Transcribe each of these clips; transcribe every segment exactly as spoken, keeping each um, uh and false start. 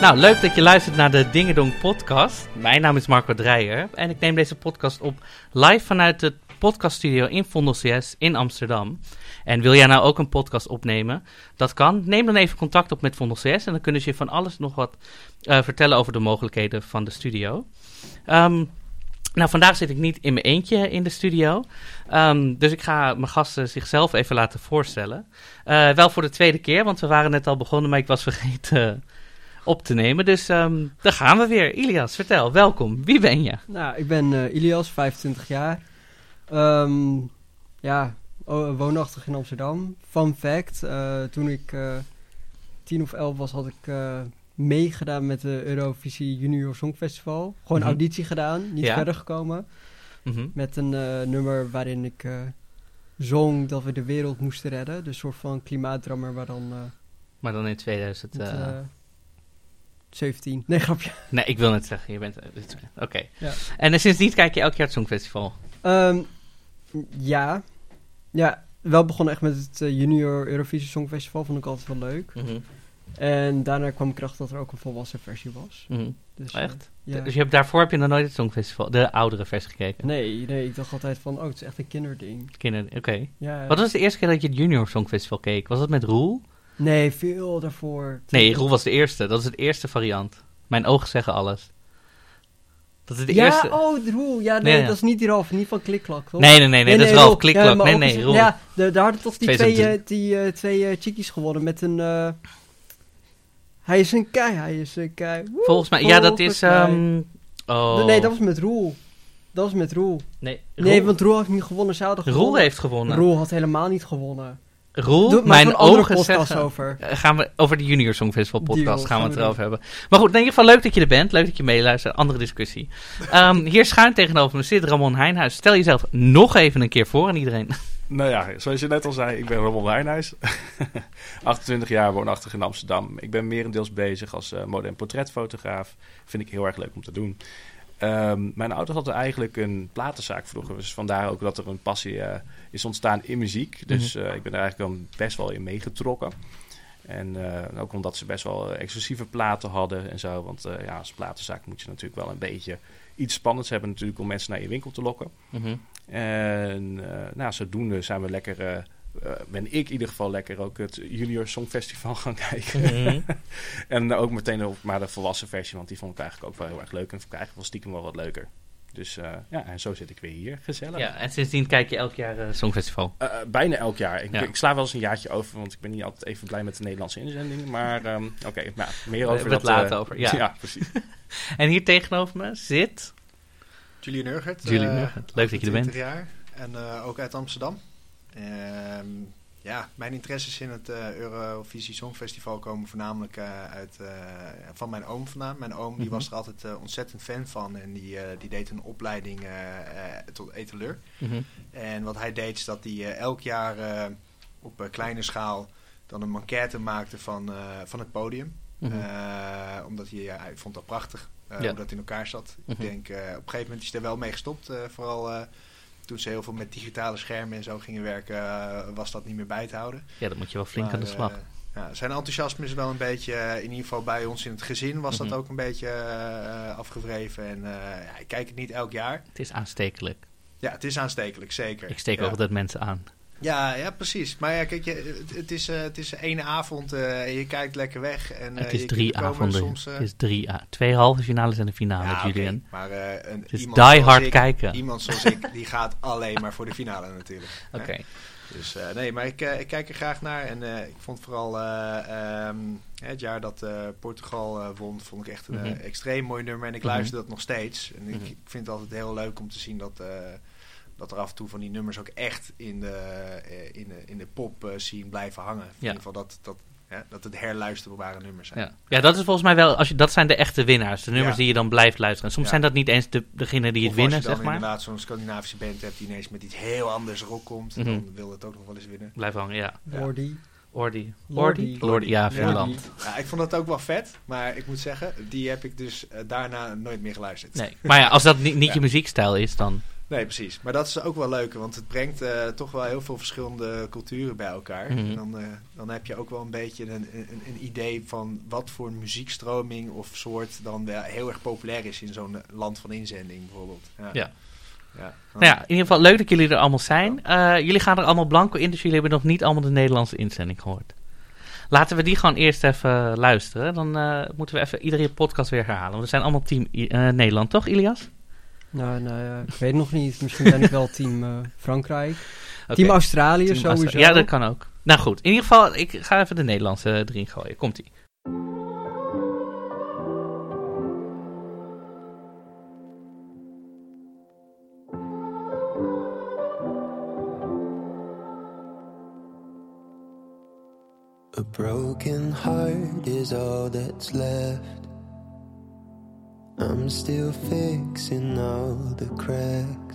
Nou, leuk dat je luistert naar de Dingedong podcast. Mijn naam is Marco Dreyer en ik neem deze podcast op live vanuit de podcaststudio in Vondel C S in Amsterdam. En wil jij nou ook een podcast opnemen? Dat kan. Neem dan even contact op met Vondel C S en dan kunnen ze je van alles nog wat uh, vertellen over de mogelijkheden van de studio. Um, nou, vandaag zit ik niet in mijn eentje in de studio. Um, dus ik ga mijn gasten zichzelf even laten voorstellen. Uh, wel voor de tweede keer, want we waren net al begonnen, maar ik was vergeten uh, op te nemen. Dus um, daar gaan we weer. Ilias, vertel. Welkom. Wie ben je? Nou, ik ben uh, Ilias, vijfentwintig jaar. Um, ja, woonachtig in Amsterdam. Fun fact, uh, toen ik uh, tien of elf was, had ik uh, meegedaan met de Eurovisie Junior Songfestival. Gewoon Mm-hmm. auditie gedaan, niet Ja. verder gekomen. Mm-hmm. Met een uh, nummer waarin ik uh, zong dat we de wereld moesten redden. Dus een soort van klimaatdrammer, maar dan... Uh, Maar dan in tweeduizend... met, Uh... uh, zeventien. Nee, grapje. Nee, ik wil net zeggen. Je bent... Uh, Oké. Okay. Ja. En uh, sindsdien kijk je elk jaar het Songfestival? Um, ja. Ja, wel begonnen echt met het uh, Junior Eurovisie Songfestival. Vond ik altijd wel leuk. Mm-hmm. En daarna kwam ik erachter dat er ook een volwassen versie was. Mm-hmm. Dus, Oh, echt? Uh, ja. Dus je hebt, daarvoor heb je nog nooit het Songfestival, de oudere versie gekeken? Nee, nee, ik dacht altijd van, oh, het is echt een kinderding. Kinder, oké. Okay. Ja, Wat was de eerste keer dat je het Junior Songfestival keek? Was dat met Roel? Nee, veel daarvoor. Nee, Roel was de eerste. Dat is het eerste variant. Mijn ogen zeggen alles. Dat is de ja, eerste... oh, de Roel. Ja, nee, nee, ja. dat is niet die Ralf, niet van Klikklak, toch? Nee, nee, nee, nee, dat is Ralf Klikklak. Ja, nee, nee, is, Roel. Ja, de, daar hadden toch die twee, tweeduizend uh, die, uh, twee uh, chickies gewonnen met een... Uh, hij is een kei, hij is een kei. Woe, volgens mij, ja, dat is... Um, oh. Nee, dat was met Roel. Dat was met Roel. Nee, Roel. Nee, want Roel had niet gewonnen, ze hadden gewonnen. Roel heeft gewonnen. Roel had helemaal niet gewonnen. Roel, Doe, mijn ogen zeggen... Over. Uh, gaan we over de Junior Songfestival podcast Die, gaan we gaan het we erover hebben. Maar goed, in ieder geval leuk dat je er bent. Leuk dat je meeluistert. Andere discussie. Um, hier schuin tegenover me zit Ramon Heijnhuis. Stel jezelf nog even een keer voor aan iedereen. Nou ja, zoals je net al zei, ik ben Ramon Heijnhuis. achtentwintig jaar, woonachtig in Amsterdam. Ik ben merendeels bezig als uh, mode- en portretfotograaf. Vind ik heel erg leuk om te doen. Um, mijn ouders hadden eigenlijk een platenzaak vroeger. Dus vandaar ook dat er een passie uh, is ontstaan in muziek. Dus uh, ik ben er eigenlijk dan best wel in meegetrokken. En uh, ook omdat ze best wel uh, exclusieve platen hadden en zo. Want uh, ja, als platenzaak moet je natuurlijk wel een beetje iets spannends hebben natuurlijk om mensen naar je winkel te lokken. Mm-hmm. En uh, nou, zodoende zijn we lekker... Uh, Uh, ben ik in ieder geval lekker ook het Junior Songfestival gaan kijken. Mm-hmm. En uh, ook meteen op maar de volwassen versie, want die vond ik eigenlijk ook wel heel erg leuk. En vond ik eigenlijk wel stiekem wel wat leuker. Dus uh, ja, en zo zit ik weer hier. Gezellig. Ja, en sindsdien kijk je elk jaar uh, Songfestival? Uh, bijna elk jaar. Ik, Ja. ik sla wel eens een jaartje over, want ik ben niet altijd even blij met de Nederlandse inzendingen. Maar um, oké, okay, nou, meer over we dat. het later uh, over, ja. ja, precies. En hier tegenover me zit... Julian Urgert. Julian uh, Urgert, leuk dat je er bent. twintig jaar en uh, ook uit Amsterdam. Um, Ja, mijn interesses in het uh, Eurovisie Songfestival komen voornamelijk uh, uit, uh, van mijn oom vandaan. Mijn oom die Mm-hmm. was er altijd uh, ontzettend fan van en die, uh, die deed een opleiding uh, uh, tot etaleur. Mm-hmm. En wat hij deed is dat hij uh, elk jaar uh, op uh, kleine schaal dan een enquête maakte van, uh, van het podium. Mm-hmm. Uh, omdat hij, uh, hij vond dat prachtig, uh, Ja. hoe dat in elkaar zat. Mm-hmm. Ik denk, uh, op een gegeven moment is hij er wel mee gestopt, uh, vooral... Uh, Toen ze heel veel met digitale schermen en zo gingen werken, uh, was dat niet meer bij te houden. Ja, dan moet je wel flink maar, aan de slag. Uh, ja, zijn enthousiasme is wel een beetje, uh, in ieder geval bij ons in het gezin, was Mm-hmm. dat ook een beetje uh, afgewreven. En uh, ja, ik kijk het niet elk jaar. Het is aanstekelijk. Ja, het is aanstekelijk, zeker. Ik steek ja. ook altijd mensen aan. Ja, ja, precies. Maar ja, kijk, je, het, het, is, uh, het is één avond uh, en je kijkt lekker weg. En, uh, Het is je drie kunt komen avonden. Soms, uh, Het is drie a- Twee halve finales en een finale, ja, Julian. okay. Maar uh, een, Het is iemand die zoals hard ik, kijken. Iemand zoals ik, die gaat alleen maar voor de finale natuurlijk. Oké. Okay. Dus uh, nee, maar ik, uh, ik kijk er graag naar. En uh, ik vond vooral uh, um, het jaar dat uh, Portugal uh, won, vond ik echt een Mm-hmm. uh, extreem mooi nummer. En ik Mm-hmm. luister dat nog steeds. En Mm-hmm. ik, ik vind het altijd heel leuk om te zien dat, uh, dat er af en toe van die nummers ook echt in de, uh, in de, in de pop uh, scene blijven hangen. In ja. ieder geval dat, dat, ja, dat het herluisterbare nummers zijn. Ja. ja, dat is volgens mij wel, als je, dat zijn de echte winnaars. De nummers Ja. die je dan blijft luisteren. Soms Ja. zijn dat niet eens de, degenen die of het winnen, als je dan zeg maar. inderdaad zo'n Scandinavische band hebt die ineens met iets heel anders rock komt, Mm-hmm. dan wil het ook nog wel eens winnen. Blijf hangen, ja. Lordi. Ordi. Lordi. Lordi, ja, Finland. Ja, ik vond dat ook wel vet, maar ik moet zeggen, die heb ik dus uh, daarna nooit meer geluisterd. Nee, maar ja, als dat niet, niet Ja. je muziekstijl is, dan... Nee, precies. Maar dat is ook wel leuk, want het brengt uh, toch wel heel veel verschillende culturen bij elkaar. Mm-hmm. En dan, uh, dan heb je ook wel een beetje een, een, een idee van wat voor muziekstroming of soort dan wel heel erg populair is in zo'n land van inzending bijvoorbeeld. Ja. ja. Ja. Nou ja, in ieder geval leuk dat jullie er allemaal zijn. Uh, jullie gaan er allemaal blanco in, dus jullie hebben nog niet allemaal de Nederlandse inzending gehoord. Laten we die gewoon eerst even luisteren. Dan uh, moeten we even iedere podcast weer herhalen. Want we zijn allemaal team uh, Nederland, toch Ilias? Nou, nou ja, ik weet het nog niet. Misschien ben ik wel team uh, Frankrijk. Okay. Team Australië team sowieso. Austra- ja, dat kan ook. Nou goed, in ieder geval, ik ga even de Nederlandse uh, erin gooien. Komt-ie. A broken heart is all that's left. I'm still fixing all the cracks.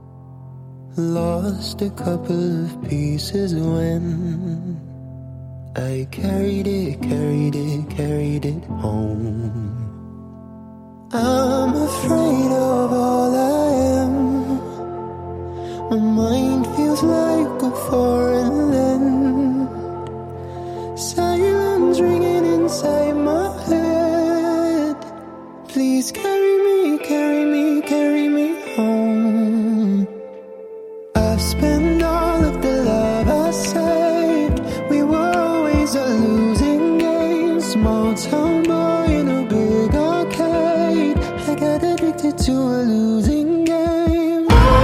Lost a couple of pieces when I carried it, carried it, carried it home. I'm afraid of all I am. My mind feels like a foreign land. Silence ringing inside my head. Please carry me, carry me, carry me home. I've spent all of the love I saved. We were always a losing game. Small town boy in a big arcade. I got addicted to a losing game.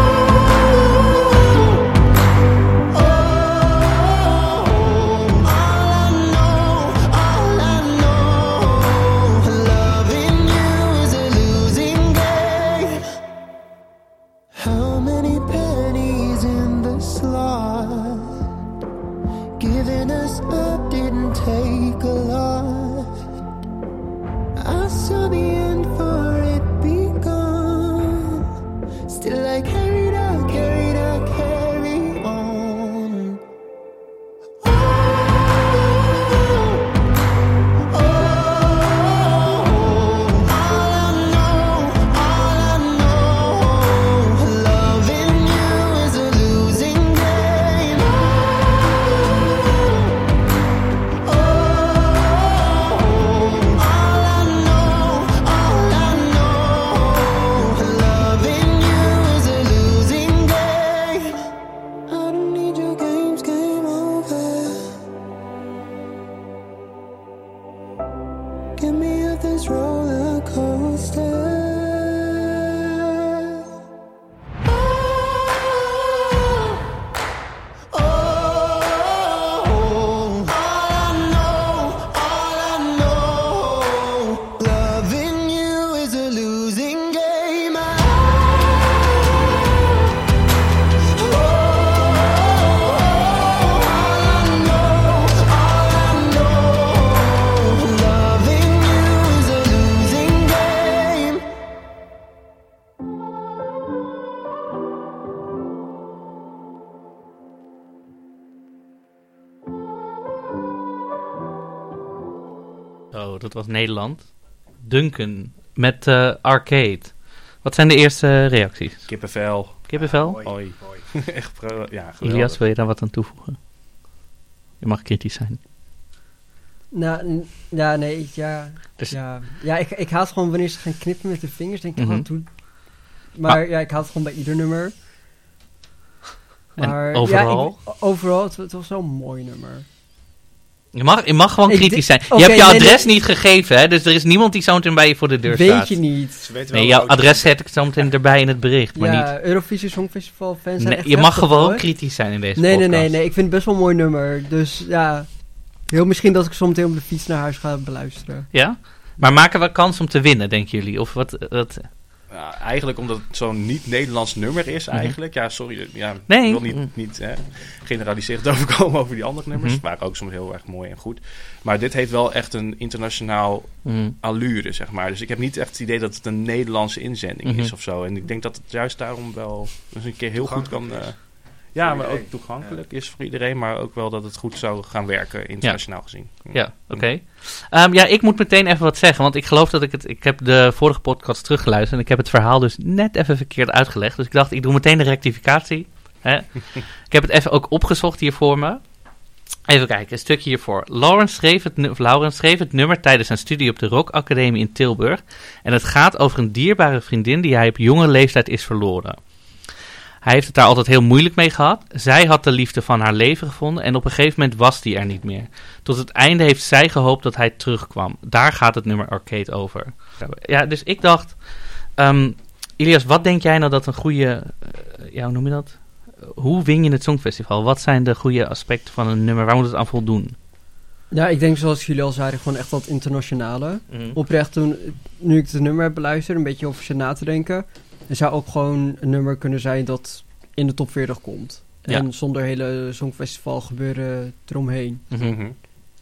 Giving us up didn't take a lot. I saw the end for it begun. Still I carried out, carried out, carry on. Oh, oh, all I know, all I know, loving you is a losing game. Get me off this roller coaster. Oh, oh, all I know, all I know, loving you is a losing game. Oh, oh, all I know, all I know, loving you is a losing game. Oh, dat was Nederland. Duncan met uh, Arcade. Wat zijn de eerste reacties? Kippenvel. Kippenvel? Mooi, Hoi. mooi. Echt pro- ja, geweldig. Ilias, wil je daar wat aan toevoegen? Je mag kritisch zijn. Nou, n- ja, nee, ja. Dus- ja, ja ik, ik haat gewoon wanneer ze gaan knippen met de vingers. Denk ik, Mhm. oh, doe. Maar Ah. ja, ik haat het gewoon bij ieder nummer. En Maar overal? Ja, ik, overal, het, het was zo'n mooi nummer. Je mag, je mag gewoon Ik kritisch denk- zijn. Oké, je hebt je nee, adres nee. niet gegeven, hè? Dus er is niemand die zo meteen bij je voor de deur Weet staat. je niet. Ze weten Nee, wel jouw hoe oud adres je bent. zet ik zo meteen erbij in het bericht, maar Ja, niet... Eurovisie Songfestival fans zijn Nee, echt je mag heftig, gewoon hoor. kritisch zijn in deze Nee, nee, podcast. nee, nee. Ik vind het best wel een mooi nummer. Dus ja, heel misschien dat ik zometeen op de fiets naar huis ga beluisteren. Ja? Maar maken we kans om te winnen, denken jullie? Of wat... wat Ja, eigenlijk omdat het zo'n niet-Nederlands nummer is eigenlijk. Ja, sorry. Ja, Nee. Ik wil niet, niet hè, generaliserend overkomen over die andere nummers. Mhm. waren ook soms heel erg mooi en goed. Maar dit heeft wel echt een internationaal mm, allure, zeg maar. Dus ik heb niet echt het idee dat het een Nederlandse inzending Mhm. is of zo. En ik denk dat het juist daarom wel eens een keer heel goed kan... eh, Ja, Voor maar ook iedereen. toegankelijk is voor iedereen, maar ook wel dat het goed zou gaan werken, internationaal gezien. Ja, oké. Okay. Um, ja, ik moet meteen even wat zeggen, want ik geloof dat ik het... Ik heb de vorige podcast teruggeluisterd en ik heb het verhaal dus net even verkeerd uitgelegd. Dus ik dacht, ik doe meteen de rectificatie. Hè? Ik heb het even ook opgezocht hier voor me. Even kijken, een stukje hiervoor. Lawrence schreef, het, nu- Lawrence schreef het nummer tijdens zijn studie op de Rock Academie in Tilburg. En het gaat over een dierbare vriendin die hij op jonge leeftijd is verloren. Hij heeft het daar altijd heel moeilijk mee gehad. Zij had de liefde van haar leven gevonden en op een gegeven moment was die er niet meer. Tot het einde heeft zij gehoopt dat hij terugkwam. Daar gaat het nummer Arcade over. Ja, dus ik dacht... Um, Ilias, wat denk jij nou dat een goede... Uh, ja, hoe noem je dat? Hoe win je het Songfestival? Wat zijn de goede aspecten van een nummer? Waar moet het aan voldoen? Ja, ik denk zoals jullie al zeiden, gewoon echt dat internationale. Mm. Oprecht toen, nu ik het nummer heb beluisterd, een beetje over ze na te denken. Er zou ook gewoon een nummer kunnen zijn dat in de top veertig komt. Ja. En zonder hele Songfestival gebeuren eromheen. Mm-hmm. Mhm.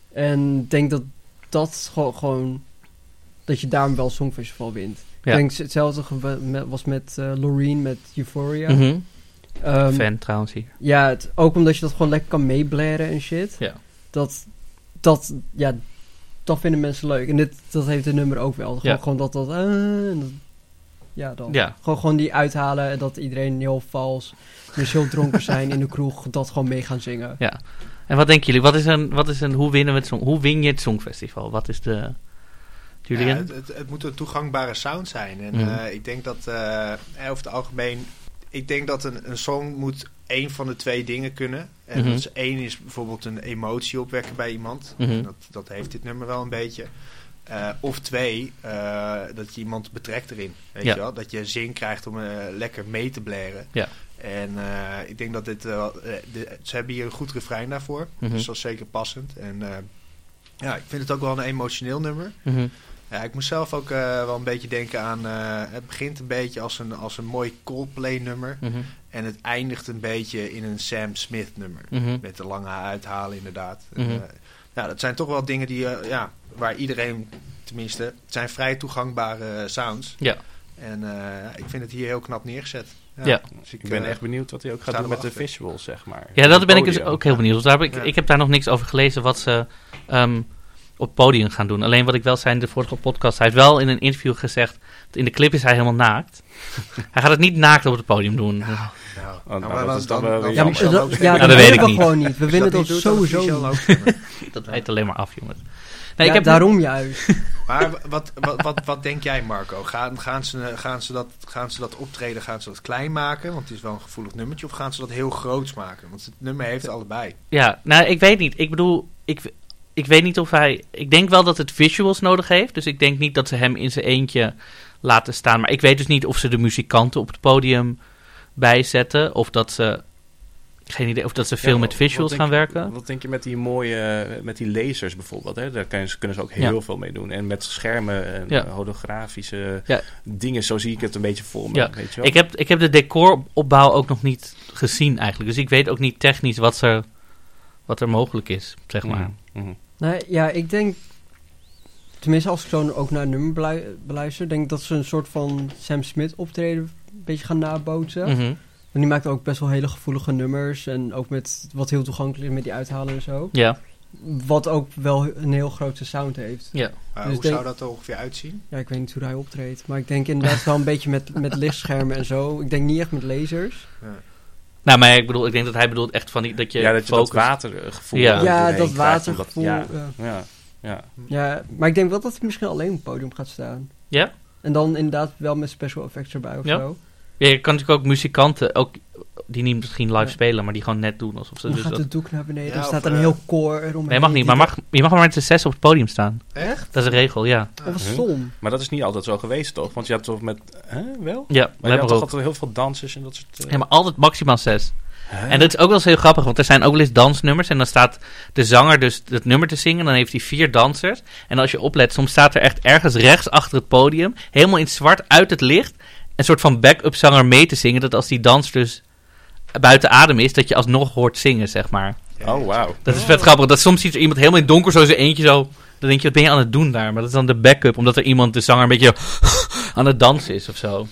En ik denk dat dat gewoon, gewoon dat je daarom wel Songfestival wint. Ja. Ik denk hetzelfde ge- met- was met uh, Loreen met Euphoria. Mm-hmm. Ehm, Fan trouwens hier. Ja, het, ook omdat je dat gewoon lekker kan meeblaren en shit. Ja. Dat, dat, ja, dat vinden mensen leuk. En dit, dat heeft het nummer ook wel. Gewoon, Ja. gewoon dat, dat, uh, en dat, ja, dan. Ja. Gewoon, gewoon die uithalen en dat iedereen heel vals, dus heel dronken zijn in de kroeg, dat gewoon mee gaan zingen. Ja. En wat denken jullie? Wat is een, wat is een, hoe, winnen we het song, hoe win je het Songfestival? Wat is de... Julian? Ja, het, het, het moet een toegangbare sound zijn. En Mhm. eh, ik denk dat uh, over het algemeen... Ik denk dat een, een song moet één van de twee dingen kunnen. En Mhm. dat is, één is bijvoorbeeld een emotie opwekken bij iemand. Mhm. Dat, dat heeft dit nummer wel een beetje. Uh, of twee, uh, dat je iemand betrekt erin. Weet Ja. je wel? Dat je zin krijgt om uh, lekker mee te blaren. Ja. En uh, ik denk dat dit... Uh, de, ze hebben hier een goed refrein daarvoor. Mhm. Dus dat is zeker passend. En uh, ja, ik vind het ook wel een emotioneel nummer. Mhm. Ja, ik moest zelf ook uh, wel een beetje denken aan... Uh, het begint een beetje als een, als een mooi Coldplay nummer. Mhm. En het eindigt een beetje in een Sam Smith nummer. Mhm. Met de lange uithalen inderdaad. Mhm. En, uh, ja, dat zijn toch wel dingen die, uh, ja, waar iedereen... Tenminste, het zijn vrij toegangbare sounds. Ja. En uh, ik vind het hier heel knap neergezet. Ja. Ja. Dus Ik ben uh, echt benieuwd wat hij ook gaat sta doen er met de wel achter. visuals, zeg maar. Ja, dat Op ben ik het dus podium. ook heel benieuwd. Dus daar heb ik, Ja. ik heb daar nog niks over gelezen wat ze um, op het podium gaan doen. Alleen wat ik wel zei in de vorige podcast. Hij heeft wel in een interview gezegd, in de clip is hij helemaal naakt. Hij gaat het niet naakt op het podium doen. Nou, nou, maar dat dan- is dan dan- wel dan- weer Ja, jammer. maar, dan dat, ook ja, geen- dat dat weet willen ik we niet. gewoon niet. We Als winnen dat dat niet doet, dan moet sowieso Michel niet. ook stemmen. Dat heet alleen maar af, jongens. Nee, Ja, ik heb daarom juist. Maar wat, wat, wat, wat denk jij, Marco? Gaan, gaan, ze, gaan, ze dat, gaan ze dat optreden, gaan ze dat klein maken? Want het is wel een gevoelig nummertje. Of gaan ze dat heel groots maken? Want het nummer heeft allebei. Ja, nou, ik weet niet. Ik bedoel, ik, ik weet niet of hij... Ik denk wel dat het visuals nodig heeft. Dus ik denk niet dat ze hem in zijn eentje laten staan. Maar ik weet dus niet of ze de muzikanten op het podium bijzetten. Of dat ze... Geen idee. Of dat ze veel Ja, met wat visuals denk gaan je- werken. Wat denk je met die mooie, met die lasers bijvoorbeeld? Hè? Daar kunnen ze, kunnen ze ook heel Ja. veel mee doen. En met schermen en Ja. holografische Ja. dingen, zo zie ik het een beetje voor me. Ja. Weet je wel? Ik heb, ik heb de decoropbouw ook nog niet gezien eigenlijk. Dus ik weet ook niet technisch wat, ze, wat er mogelijk is, zeg maar. Mhm, mhm. Nee, ja, ik denk... Tenminste, als ik zo ook naar het nummer belui- beluister... denk ik dat ze een soort van Sam Smith optreden... een beetje gaan nabootsen. Mhm. En die maakt ook best wel hele gevoelige nummers. En ook met wat heel toegankelijk is met die uithalen en zo. Ja. Wat ook wel een heel grote sound heeft. Ja. Maar Dus hoe denk- zou dat er ongeveer uitzien? Ja, ik weet niet hoe hij optreedt. Maar ik denk inderdaad wel een beetje met, met lichtschermen en zo. Ik denk niet echt met lasers. Nou, maar ik bedoel, ik denk dat hij bedoelt echt van die, dat je Ja, dat je focus... dat watergevoel Ja. er Ja, doorheen dat krijgt, omdat- watergevoel. Ja, Ja. ja, ja. Ja, maar ik denk wel dat hij misschien alleen op het podium gaat staan. Ja? En dan inderdaad wel met special effects erbij of Ja. zo. Ja, je kan natuurlijk ook muzikanten, ook die niet misschien live Ja. spelen, maar die gewoon net doen alsof ze... Dan Dus gaat dat... het doek naar beneden. Ja, er staat of, een eh, heel koor eromheen. Nee, mag niet, maar mag, je mag maar met z'n zes op het podium staan. Echt? Dat is een regel, ja. Dat was Huh? stom. Maar dat is niet altijd zo geweest, toch? Want je had toch met... Hè, wel? Ja, Maar let je had maar toch op. altijd heel veel dansers en dat soort... eh, Ja, maar altijd maximaal zes. hè? En dat is ook wel eens heel grappig, want er zijn ook wel eens dansnummers. En dan staat de zanger dus het nummer te zingen. Dan heeft hij vier dansers. En als je oplet, soms staat er echt ergens rechts achter het podium, helemaal in het zwart, uit het licht, een soort van back-up zanger mee te zingen. Dat als die dans dus buiten adem is, dat je alsnog hoort zingen, zeg maar. Oh, wauw. Dat is vet grappig. Dat soms ziet er iemand helemaal in het donker zo in zijn eentje zo. Dan denk je, wat ben je aan het doen daar? Maar dat is dan de backup, omdat er iemand, de zanger, een beetje aan het dansen is of zo.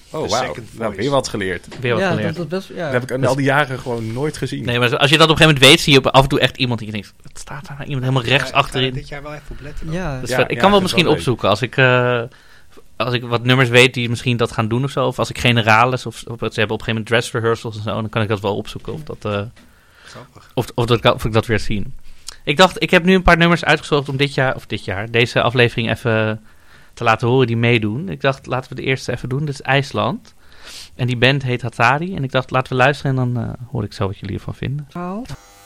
Oh, The wauw. Second Nou, Voice. weer wat geleerd. Weer wat ja, geleerd. dat was best... Ja. Dat heb ik in al die jaren gewoon nooit gezien. Nee, maar als je dat op een gegeven moment weet, zie je op af en toe echt iemand die je denkt, wat staat daar nou? Iemand helemaal rechts Ja, ik ga achterin. dit jaar wel even op letten. dan. ja. Dat is Ja, vet. Ik ja, kan wel dat is misschien wel leuk. opzoeken als ik, eh, als ik wat nummers weet die misschien dat gaan doen of zo. Of als ik generales of, of ze hebben op een gegeven moment dress rehearsals en zo. Dan kan ik dat wel opzoeken of, dat, eh, Grappig. of, of, dat, kan- of ik dat weer zien. Ik dacht, ik heb nu een paar nummers uitgezocht om dit jaar, of dit jaar, deze aflevering even te laten horen die meedoen. Ik dacht, laten we de eerste even doen. Dit is IJsland. En die band heet Hatari. En ik dacht, laten we luisteren en dan eh, hoor ik zo wat jullie ervan vinden. Verhaal.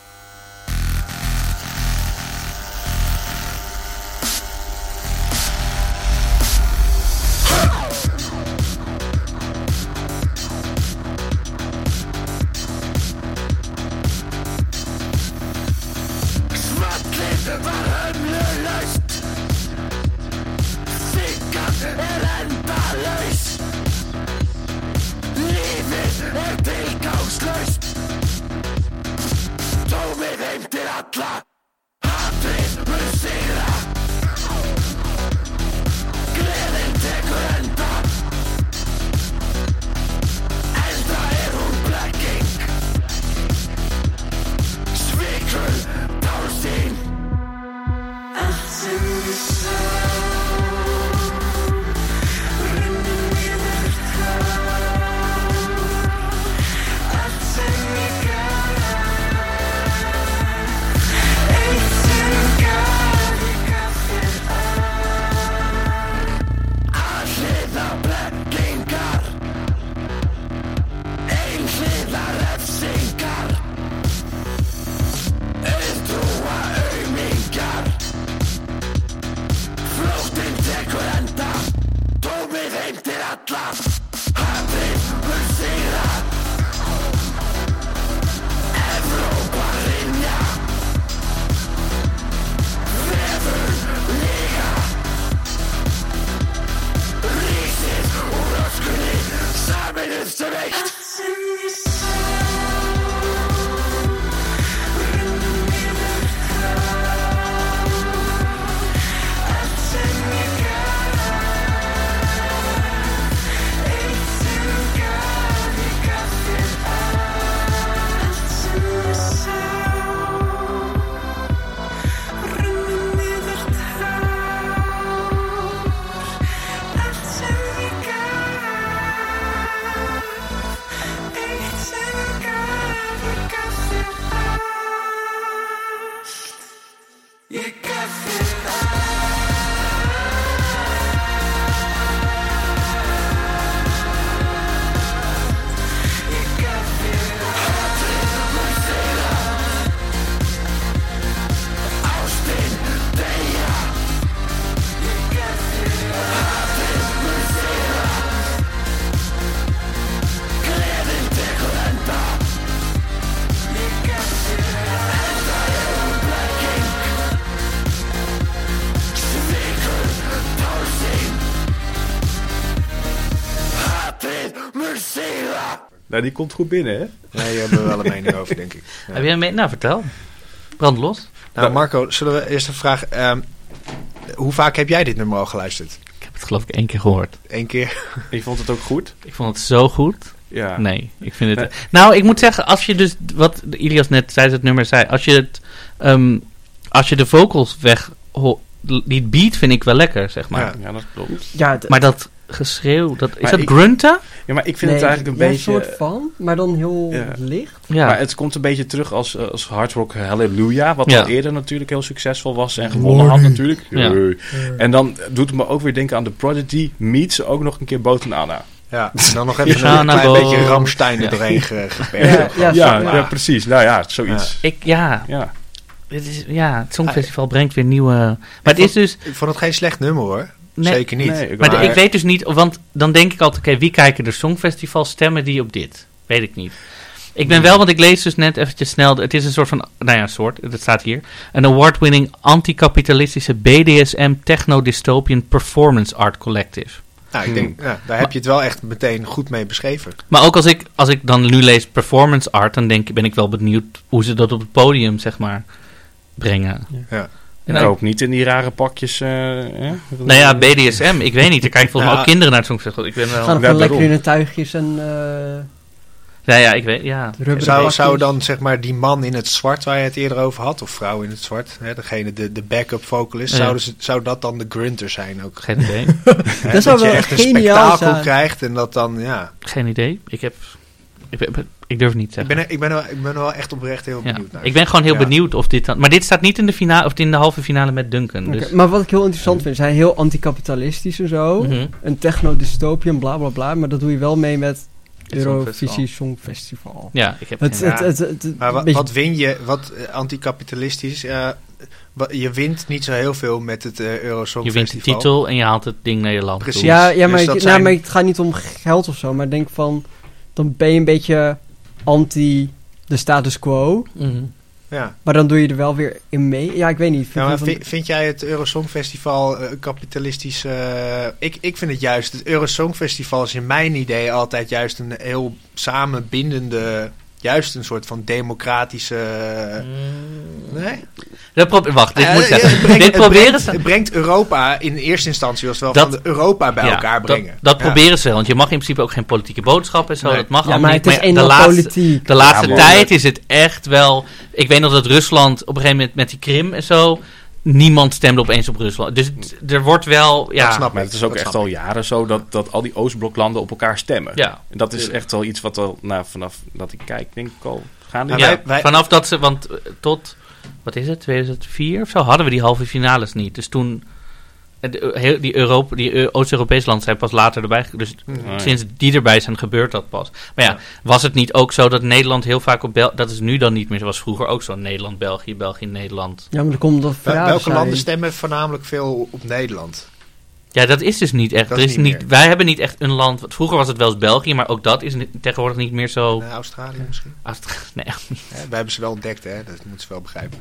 Nou, die komt goed binnen, hè? Nee, daar hebben we wel een mening over, denk ik. Ja. Heb jij een me- Nou, vertel. Brand los. Nou, Marco, zullen we eerst een vraag... ehm, hoe vaak heb jij dit nummer al geluisterd? Ik heb het geloof ik één keer gehoord. Eén keer? Je vond het ook goed? Ik vond het zo goed. Ja. Nee, ik vind het... Nee. Nou, ik moet zeggen, als je dus... Wat Ilias net tijdens het nummer zei. Als je het... ehm, als je de vocals weg... ho- die beat vind ik wel lekker, zeg maar. Ja. Ja, dat klopt. Ja, d- Maar dat geschreeuw... Dat, is Maar dat ik- grunten? Ja, maar ik vind nee, het eigenlijk ja, een beetje... soort van, maar dan heel Ja. licht. Ja. Maar het komt een beetje terug als, eh, als hard rock Hallelujah. Wat Ja. al eerder natuurlijk heel succesvol was en gewonnen had natuurlijk. Ja. Hey. En dan doet het me ook weer denken aan The Prodigy meets ook nog een keer Boten Anna. Ja, en dan nog even Ja, een nou, klein bo- beetje Rammstein er Ja. doorheen ge- geperkt. Ja, ja, Ja, zo, ja, precies. Nou ja, zoiets. Ik, ja, Ja. het, is, ja, het Songfestival brengt weer nieuwe... Maar het is dus... Ik vond het geen slecht nummer hoor. Nee, Zeker niet. nee, ik Maar de- Maar- ik weet dus niet, want dan denk ik altijd, oké, wie kijken de Songfestival, stemmen die op dit? Weet ik niet. Ik ben wel, want ik lees dus net eventjes snel, het is een soort van, nou ja, soort, het staat hier, een award-winning anticapitalistische B D S M techno-dystopian performance art collective. Nou, ik denk, ja, daar heb je het wel echt meteen goed mee beschreven. Maar ook als ik, als ik dan nu lees performance art, dan denk, ik- ben ik wel benieuwd hoe ze dat op het podium, zeg maar, brengen. Ja. En Ik dan- hoop niet in die rare pakjes. eh, hè? nou ja, B D S M, ik weet niet. Er kijken volgens mij Ja. ook kinderen naar het Songfestival. Ik ben wel... Gaan Ja, gewoon daarom. lekker in de tuigjes en uh, Ja, ja, ik weet, ja. rubberen Zou, pakjes. zou dan zeg maar die man in het zwart waar je het eerder over had, of vrouw in het zwart, hè, degene, de, de backup vocalist, Ja. zouden ze, zou dat dan de grunter zijn ook? Geen idee. Hè, Dat zou je wel echt een geniaal spektakel zijn. krijgt en dat dan, ja. Geen idee. Ik heb... Ik, ben- ik durf niet te Ik zeggen. ben, er- ik, ben er, wel- ik ben er wel echt oprecht heel Ja. benieuwd naar. Ik ben gewoon heel Ja. benieuwd of dit dan... Maar dit staat niet in de, finale, of in de halve finale met Duncan. Oké, Dus, Maar wat ik heel interessant vind, zijn heel anticapitalistisch en zo. Mhm. Een techno-dystopium, bla bla bla. Maar dat doe je wel mee met Het Eurovisie Songfestival. Ja, ik heb Het, geen... het, het, het, het- Maar een wat, beetje- wat win je, wat eh, anticapitalistisch, eh, wa- je wint niet zo heel veel met het eh Eurosong Je wint de Festival. titel en je haalt het ding naar je land toe. Precies. ja, ja, maar, Dus ik- dat nou, zijn- maar het gaat niet om geld of zo. Maar ik denk van, dan ben je een beetje anti de status quo. Mhm. Ja. Maar dan doe je er wel weer in mee. Ja, ik weet niet. Ik vind Ja, maar van- vind, vind jij het Eurosongfestival eh, kapitalistisch? eh, ik, ik vind het juist. Het Eurosongfestival is in mijn idee altijd juist een heel samenbindende, juist een soort van democratische. Nee? Dat pro- Wacht, dit Eh, moet ik ja, zeggen. het brengt- dit het proberen brengt, ze... het brengt Europa in eerste instantie was wel Dat- van de Europa bij Ja, elkaar dat- brengen. Dat, Ja. proberen ze, want je mag in principe ook geen politieke boodschap en zo. Nee. Dat mag ja, allemaal maar niet. het is Maar een de en laatste, politiek. de laatste Ja, maar- tijd is het echt wel... Ik weet nog dat Rusland op een gegeven moment met die Krim en zo... Niemand stemde opeens op Rusland. Dus het- er wordt wel... Ja, Dat snap Maar het is ook Dat echt snap al ik. jaren zo dat, dat al die Oostbloklanden op elkaar stemmen. ja. En dat is echt wel iets wat al, nou, vanaf dat ik kijk, denk ik al gaande. Ja, Ja, wij- wij- vanaf dat ze... Want eh, tot... Wat is het? tweeduizend vier of zo hadden we die halve finales niet. Dus toen... eh, de- heel- Die, Europa, die eh, Oost-Europese landen zijn pas later erbij. ge- Dus Mhm. ja. sinds die erbij zijn gebeurt dat pas. Maar ja, Ja. was het niet ook zo dat Nederland heel vaak op... Bel dat is nu dan niet meer. Dat was vroeger ook zo. Nederland, België, België, Nederland. Ja, maar dan komt dat Wel- verraden welke zijn. landen stemmen voornamelijk veel op Nederland? Ja, dat is dus niet echt. Dat Er is is niet niet, meer. wij hebben niet echt een land... want Vroeger was het wel eens België, maar ook dat is ni- tegenwoordig niet meer zo... Eh, Australië misschien? Aust- nee, Hè, wij hebben ze wel ontdekt, hè? Dat moeten ze wel begrijpen.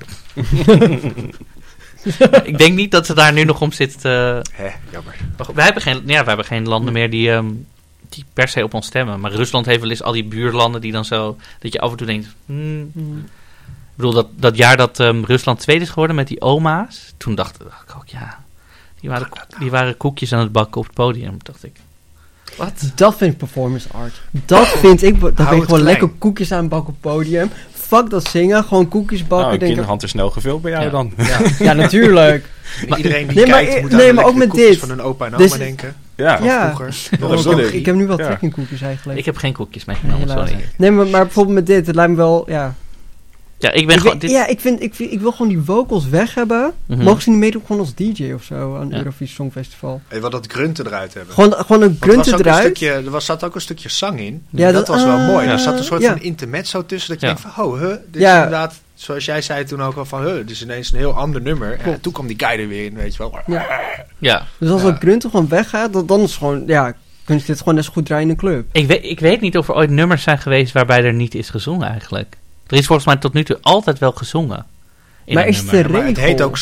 ik denk niet dat ze daar nu nog om zitten te... Hè, jammer. Wij hebben geen, ja, wij hebben geen landen meer die, ehm, die per se op ons stemmen. Maar Rusland heeft wel eens al die buurlanden die dan zo... Dat je af en toe denkt... hmm. Mhm. Ik bedoel, dat, dat jaar dat ehm, Rusland tweede is geworden met die oma's... Toen dacht, dacht ik ook, ja... Die waren, die waren koekjes aan het bakken op het podium, dacht ik. Wat? Dat vind ik performance art. Dat vind ik, dat Hou vind ik het gewoon klein. lekker koekjes aan bakken op het podium. Fuck dat zingen, gewoon koekjes bakken. Nou, een denk ik, kinderhand is snel gevuld bij jou Ja. dan. Ja. ja, natuurlijk. En iedereen die Nee, maar- kijkt moet nee, aan de maar ook lekkere met koekjes dit. van hun opa en Dus- oma denken. Ja. Van Ja. vroeger. Dat Oh, is ik- leuk. ik heb nu wel Ja. trek in koekjes eigenlijk. Ik heb geen koekjes Nee, meegenomen, helaas. sorry. Nee, maar, maar bijvoorbeeld met dit, het lijkt me wel, ja. Ja, ik ben Ik, gewoon... weet- Dit, ja, ik, vind, ik, vind, ik wil gewoon die vocals weg hebben. Mhm. Mogen ze niet meedoen gewoon als D J of zo aan Ja. Eurovisie Songfestival? Hey, wat dat grunten eruit hebben. Gewoon, gewoon een Want er was grunten ook een eruit. stukje, er was, zat ook een stukje zang in. Ja, dat, dat- was wel ah, mooi. Er zat een soort ja. van intermezzo tussen. Dat je Ja. denkt van, oh, huh, dit Ja. is inderdaad, zoals jij zei toen ook al van, huh, dit is ineens een heel ander nummer. En Klopt. toen kwam die guy er weer in, weet je wel. Ja. ja. Dus als Ja. dat grunten gewoon weggaat, dan, dan is het gewoon, ja, kun je dit gewoon net zo goed draaien in een club. Ik weet, ik weet niet of er ooit nummers zijn geweest waarbij er niet is gezongen eigenlijk. Er is volgens mij tot nu toe altijd wel gezongen. in Maar een is het nummer. de Maar het regel? heet ook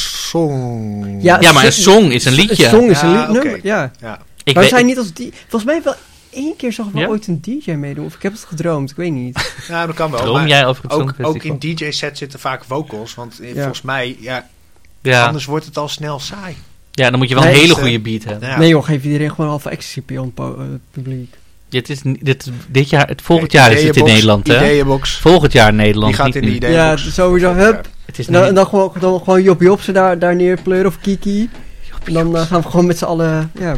song. Ja, Ja, maar een song is een liedje. Een song is een Ja, lied, oké. nummer, ja. Ja. Ik maar weet, zijn niet als die. Volgens mij wel één keer zag ik wel Ja? ooit een D J meedoen. Of ik heb het gedroomd, ik weet niet. Ja, dat kan wel. droom maar jij over het ook, ook Songfestival? in D J-set zitten vaak vocals. Want eh, Ja. volgens mij, ja, ja. anders wordt het al snel saai. ja, dan moet je wel Nee, een hele dus, eh, goede beat hebben. Ja. Nee joh, geef iedereen gewoon halve ecstasy op het po- eh, het publiek. Dit is, niet- dit, dit jaar, het volgend Kijk, jaar is het in ideeënbox, Nederland, hè? Ideeënbox. Volgend jaar in Nederland, Die gaat niet in de nu. ideeënbox. Ja, sowieso, hup. Het is En dan, nu- en dan gewoon, dan gewoon Job Jobsen daar, daar neerpleuren of Kiki. En dan eh, gaan we gewoon met z'n allen, ja,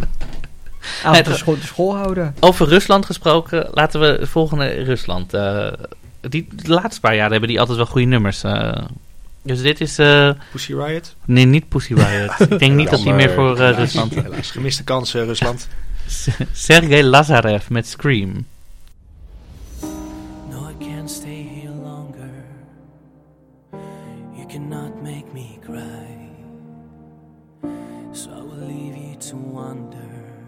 avond Het- de school, de school houden. Over Rusland gesproken, laten we het volgende Rusland. eh, die, de laatste paar jaar hebben die altijd wel goede nummers. eh. dus dit is... eh, Pussy Riot. nee, niet Pussy Riot. Ik denk niet dat die meer voor eh, Helaas. Rusland... Helaas, gemiste kans, eh, Rusland. Sergei Lazarev met Scream. No, I can't stay here longer. You cannot make me cry. So I will leave you to wonder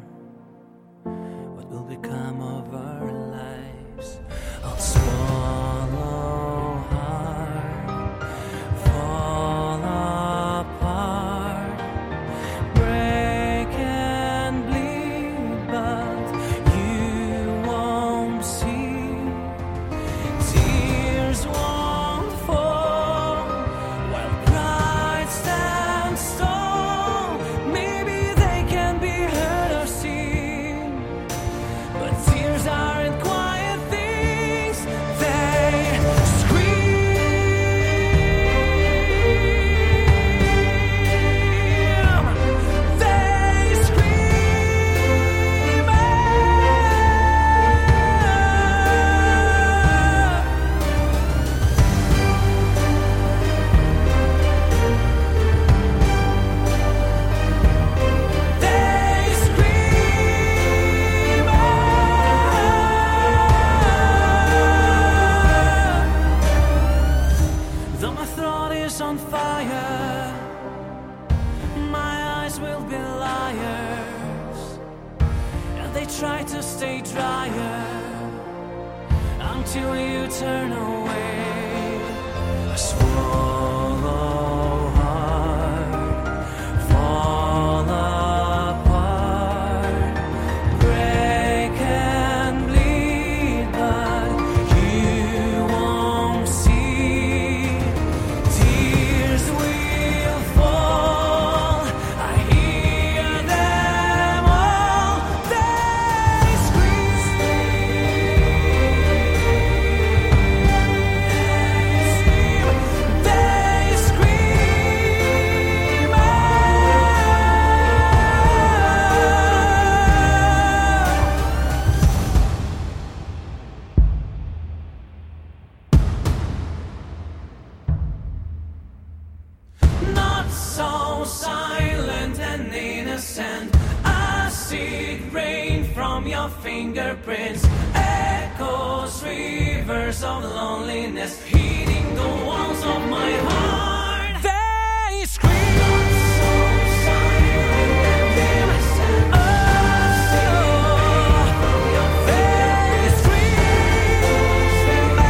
what will become of our lives. I'll swallow hard, fall apart, break and bleed, but you won't see. Tears won't fall while pride stands is on fire. My eyes will be liars, and they try to stay drier until you turn away. Swallow hard, fall apart, break and bleed, but you won't see. Tears will fall, I hear them all. They scream, they scream out. Not so silent and innocent. I see it rain from your fingerprints. Echoes, rivers of loneliness, hitting the walls of my heart. They scream. Not so silent and innocent. Oh, they scream.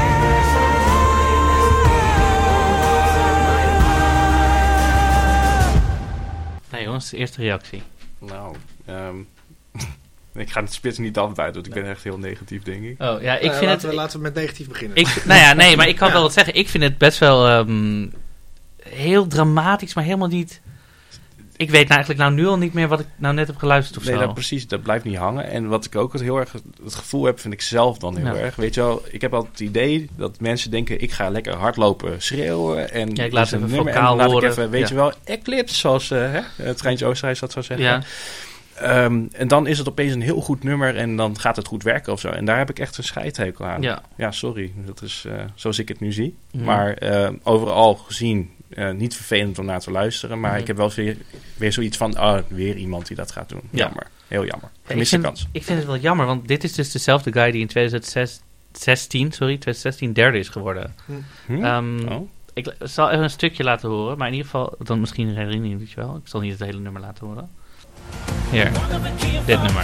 Nee jongens, eerste reactie. Nou, ehm, ik ga het spits niet afbuiten, want ik ben echt heel negatief, denk ik. Oh ja, ik Eh, vind laten, het... we, laten we met negatief beginnen. Ik, nou ja, nee, maar ik kan Ja. wel wat zeggen. Ik vind het best wel ehm, heel dramatisch, maar helemaal niet... Ik weet nou eigenlijk nou nu al niet meer wat ik nou net heb geluisterd of Nee, zo. dat, precies, dat blijft niet hangen. En wat ik ook het heel erg het gevoel heb, vind ik zelf dan heel Ja. erg. Weet je wel, ik heb altijd het idee dat mensen denken, ik ga lekker hardlopen schreeuwen. En Ja, ik laat is een even nummer, en vocaal dan laat horen. ik even, weet Ja. je wel, Eclipse, zoals uh, hè, het Treintje Oosterhuis dat zou zeggen. Ja. Ehm, en dan is het opeens een heel goed nummer en dan gaat het goed werken of zo. En daar heb ik echt een scheidhekel aan. Ja. Ja, sorry. Dat is uh, zoals ik het nu zie. Mhm. Maar uh, overal gezien uh, niet vervelend om naar te luisteren. Maar Mhm. ik heb wel weer, weer zoiets van, oh, weer iemand die dat gaat doen. Ja. Jammer. Heel jammer. Ja, ik, Gemiste vind, kans. ik vind het wel jammer, want dit is dus dezelfde guy die in twintig zestien, sorry, twintig zestien derde is geworden. Hm? Ehm, oh. Ik zal even een stukje laten horen, maar in ieder geval, dan misschien een herinnering, weet je wel. Ik zal niet het hele nummer laten horen. Hier, dit nummer.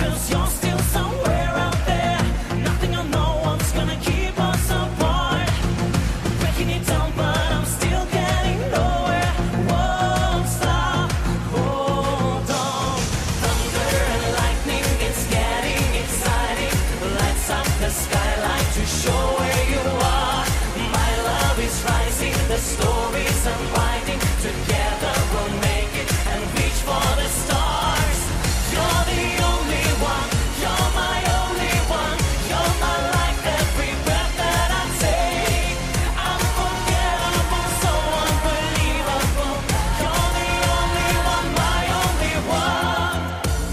Stories unwinding, together we'll make it and reach for the stars. You're the only one, you're my only one, you're my life, every breath that I take. Unforgettable, so unbelievable. You're the only one, my only one.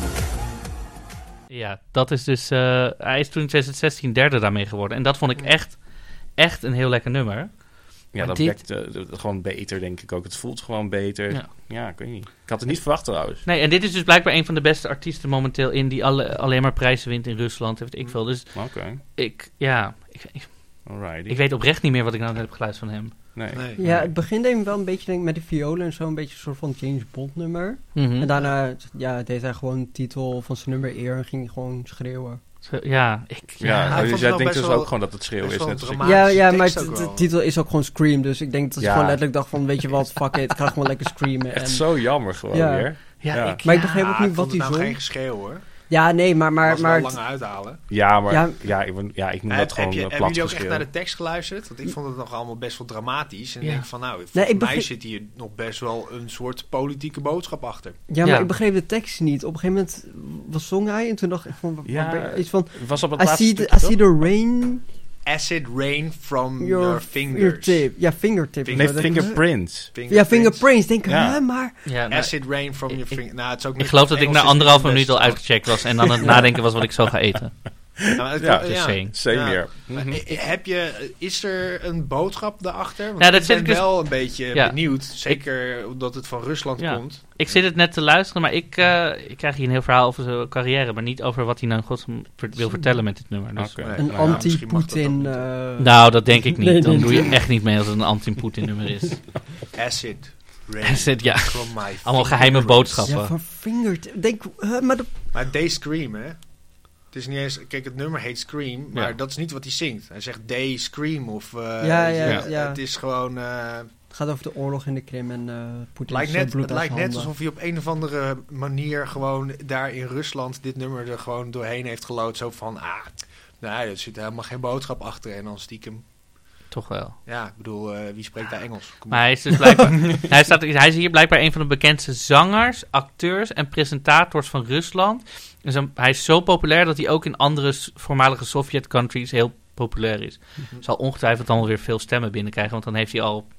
Ja, dat is dus... Uh, hij is toen in twintig zestien derde daarmee geworden. En dat vond ik echt, echt een heel lekker nummer. Ja, Maar dat dit- werkt uh, gewoon beter, denk ik ook. Het voelt gewoon beter. Ja. Ja, ik weet niet. Ik had het niet verwacht trouwens. Nee, en dit is dus blijkbaar een van de beste artiesten momenteel in die alle, alleen maar prijzen wint in Rusland. Weet ik veel. Dus Oké, ik, ja, ik, ik, alrighty. ik weet oprecht niet meer wat ik nou net heb geluisterd van hem. Nee. Nee. Ja, het begin deed me wel een beetje denk ik, met de violen en zo, een beetje een soort van James Bond nummer. Mhm. En daarna ja, deed hij gewoon de titel van zijn nummer eer en ging hij gewoon schreeuwen. Zo, ja, ik... Ja, hij dus vond het jij wel denkt best dus wel- ook gewoon dat het schreeuw best is. wel Net als ik. drama- Ja, Maar ja, de maar tekst het- ook de wel. titel is ook gewoon Scream, dus ik denk dat Ja. ik gewoon letterlijk dacht van, weet je wat, fuck it, ik ga gewoon lekker screamen. Echt En, zo jammer gewoon Ja. weer. Ja, Ja. ik, Maar ik ja. begreep ook Ah, niet ik wat vond het hij nou zong. geen geschreeuw hoor. Ja, nee, maar, maar, Maar, maar wel lang uithalen. Ja, maar Ja. ja, ik, ben- ja, ik noem Heb, dat gewoon heb, je, uh, hebben jullie ook plat echt naar geschreeuw. de tekst geluisterd? Want ik vond het nog allemaal best wel dramatisch. En Ja. ik denk van nou, volgens ik mij begreep- zit hier nog best wel een soort politieke boodschap achter. ja, maar Ja. ik begreep de tekst niet. Op een gegeven moment wat zong hij en toen dacht ik van, wat- Ja. wat- iets van, Was op het I laatste see, the, stukje, I see toch? the rain, Acid rain from your, your, fingers. fingertip. Ja, fingertip. Finger- Nee, Zo, dat ik- fingerprints. Ja, fingerprints. Denk ik, Ja. hè, maar... Ja, maar Acid rain from Ik- your ik- fingers. Nou, het is ook ik niet geloof dat ik Engels na is niet anderhalve het minuut al beste. uitgecheckt was en aan het nadenken was wat ik zo ga eten. Ja, maar het- Ja, ja, just saying. Same Ja. here. Maar Mhm. i- heb je, is er een boodschap daarachter? Want Ja, dat ik zit ben ik dus- wel een beetje Ja. benieuwd. Zeker omdat het van Rusland Ja. komt. Ik zit het net te luisteren, maar ik, eh, ik krijg hier een heel verhaal over zijn carrière, maar niet over wat hij nou in godsnaam ver- wil vertellen met dit nummer. Dus. Oké. Nee. Een Nou ja, misschien mag dat anti-Poetin... ook eh, Nou, dat denk ik niet. Nee, Dan nee, doe je nee. echt niet mee als het een anti-Poetin nummer is. Acid. Rain Hij zit, ja, from my allemaal geheime fingertips. boodschappen. ja, van Fingert. Denk, uh, maar dat, Maar Day Scream, hè? Het is niet eens... Kijk, het nummer heet Scream, maar Ja. dat is niet wat hij zingt. Hij zegt Day Scream of... eh, Ja, ja, het- ja. Het is gewoon... eh, het gaat over de oorlog in de Krim en uh, Poetin lijkt zijn net, bloed het aan lijkt zijn net handen. alsof hij op een of andere manier gewoon daar in Rusland dit nummer er gewoon doorheen heeft gelood. Zo van, ah, nou, er zit helemaal geen boodschap achter. En dan stiekem, Toch wel. ja, ik bedoel, eh, wie spreekt daar Engels? Kom Maar hij is dus blijkbaar, hij, staat, hij is hier blijkbaar een van de bekendste zangers, acteurs en presentators van Rusland. Dus een- hij is zo populair dat hij ook in andere s- voormalige Sovjet-countries heel populair is. Mhm. Zal ongetwijfeld dan wel weer veel stemmen binnenkrijgen, want dan heeft hij al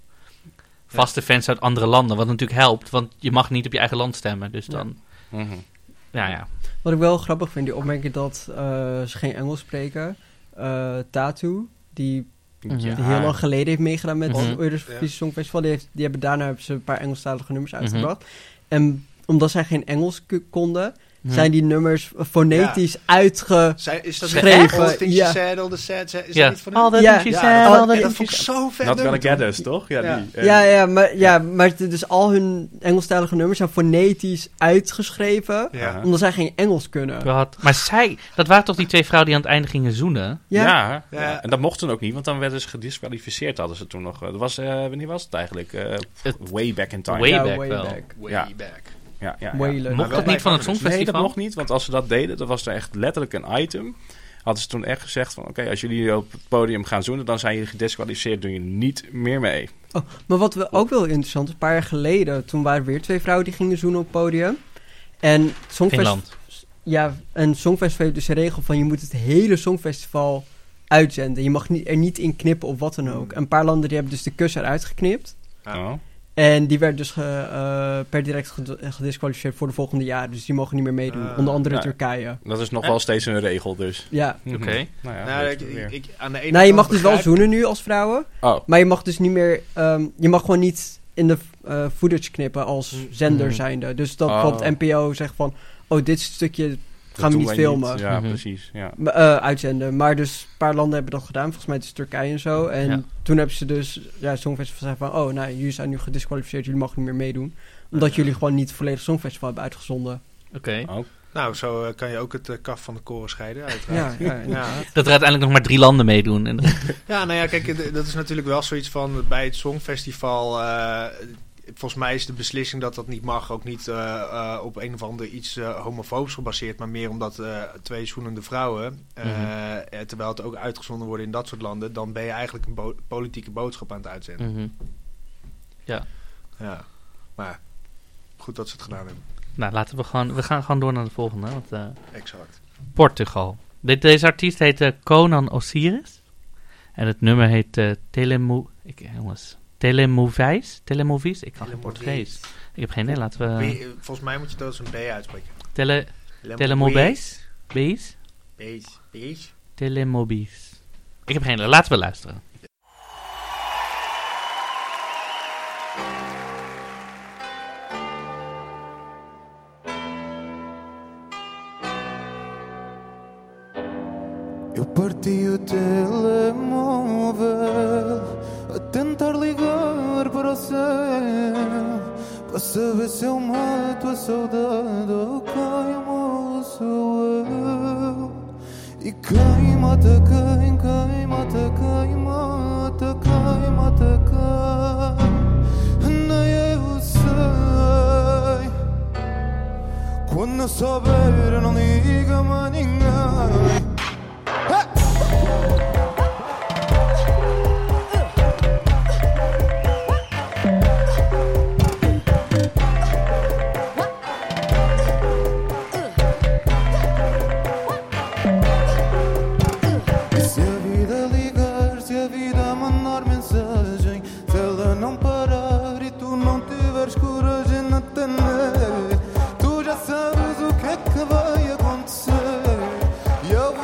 vaste fans uit andere landen. Wat natuurlijk helpt, want je mag niet op je eigen land stemmen. Dus dan, Mhm. ja, ja. Wat ik wel grappig vind, die opmerking dat uh, ze geen Engels spreken. Uh, Tattoo, die, Mhm. die heel lang geleden heeft meegedaan met Mhm. het Eurovisie Ja. Songfestival. Die, heeft, die hebben daarna hebben ze een paar Engelstalige nummers Mhm. uitgebracht. En omdat zij geen Engels k- konden, Mhm. zijn die nummers fonetisch uitge... Zij, is dat Schreven, niet All the things ja. you said, all the sad, sad, is Ja. dat niet van All hem? the Ja. things you Ja, said, dat, all the ja, dat things vond ik zo vet Not gonna nummer, get toch? us, toch? Ja, Ja. die. eh, Ja, ja, maar, ja, maar het- dus al hun Engelstalige nummers zijn fonetisch uitgeschreven, Ja. omdat zij geen Engels kunnen. Wat? Maar zij, dat waren toch die twee vrouwen die aan het einde gingen zoenen? Ja, Ja, Ja. ja. En dat mocht toen ook niet, want dan werden ze gedisqualificeerd, hadden ze toen nog. Dat was, eh, wanneer was het eigenlijk? Eh, Het- way back in time. Way Ja, back way wel. back. Way Ja. back. Ja, ja, ja. Way leuk. Maar Mocht wel dat niet van het bijvangers. Songfestival? Nee, dat mocht niet, want als ze dat deden, dan was er echt letterlijk een item. Hadden ze toen echt gezegd van, oké, als jullie op het podium gaan zoenen, dan zijn jullie gedisqualificeerd, doe je niet meer mee. Oh, maar wat we ook wel interessant, een paar jaar geleden, toen waren er weer twee vrouwen die gingen zoenen op het podium. En het Songfest- Finland. Ja, een Songfestival heeft dus de regel van je moet het hele Songfestival uitzenden. Je mag niet, er niet in knippen of wat dan ook. Een paar landen die hebben dus de kus eruit geknipt. Ja. Oh. En die werd dus ge- eh, per direct ged- gedisqualificeerd voor de volgende jaren. Dus die mogen niet meer meedoen. Ah, Onder andere ja. Turkije. Dat is nog wel steeds een regel, dus. Ja. Mhm. Oké. Nou ja, Nou, weet ik, je weer. ik, aan de ene Nou, je kant mag dus wel begrijp- zoenen nu als vrouwen. Oh, Maar je mag dus niet meer... ehm, je mag gewoon niet in de eh, footage knippen als Mhm. zender Mhm. zijnde. Dus dat Oh. bijvoorbeeld N P O zegt van... Oh, dit stukje dat gaan we doen niet wij filmen. Ja, Mhm. precies. Ja. M- eh, uitzenden. Maar dus een paar landen hebben dat gedaan. Volgens mij is het Turkije en zo. En Ja. toen hebben ze dus... Ja, het Songfestival zei van... Oh, nou, jullie zijn nu gedisqualificeerd. Jullie mogen niet meer meedoen. Omdat jullie gewoon niet het volledige Songfestival hebben uitgezonden. Oké. Oh. Nou, zo eh, kan je ook het eh, kaf van de koren scheiden, uiteraard. Ja, ja, Ja. inderdaad. Dat er uiteindelijk nog maar drie landen meedoen. En, Ja, nou ja, kijk, eh, dat is natuurlijk wel zoiets van bij het Songfestival. eh, volgens mij is de beslissing dat dat niet mag ook niet eh, eh, op een of ander iets eh, homofoobs gebaseerd, maar meer omdat eh, twee zoenende vrouwen, eh, Mhm. eh, terwijl het ook uitgezonden wordt in dat soort landen, dan ben je eigenlijk een bo- politieke boodschap aan het uitzenden. Mhm. Ja, maar goed dat ze het gedaan hebben. Nou, laten we gewoon... We gaan gewoon door naar de volgende. Want, eh, Exact. Portugal. Dit, deze artiest heet eh, Conan Osiris. En het nummer heet eh Telemo... Ik, jongens... Telemovies? Telemovies? Ik kan geen Portugees. Ik heb geen idee. Laten we... B- volgens mij moet je dat als een B uitspreken. Tele, Telemobies? Bees? Bees. Bees. Telemobies. Ik heb geen idee. Laten we luisteren. Eu parti o telemóvel a tentar ligar para o céu para saber se eu mato a saudade ou quem amou sou eu. E quem mata quem, quem mata quem, mata quem, mata quem, nem eu sei. Quando eu souber não diga-me a ninguém. E se a vida ligar, se a vida mandar mensagem, se ela não parar e tu não tiveres coragem de atender, tu já sabes o que é que vai acontecer. E eu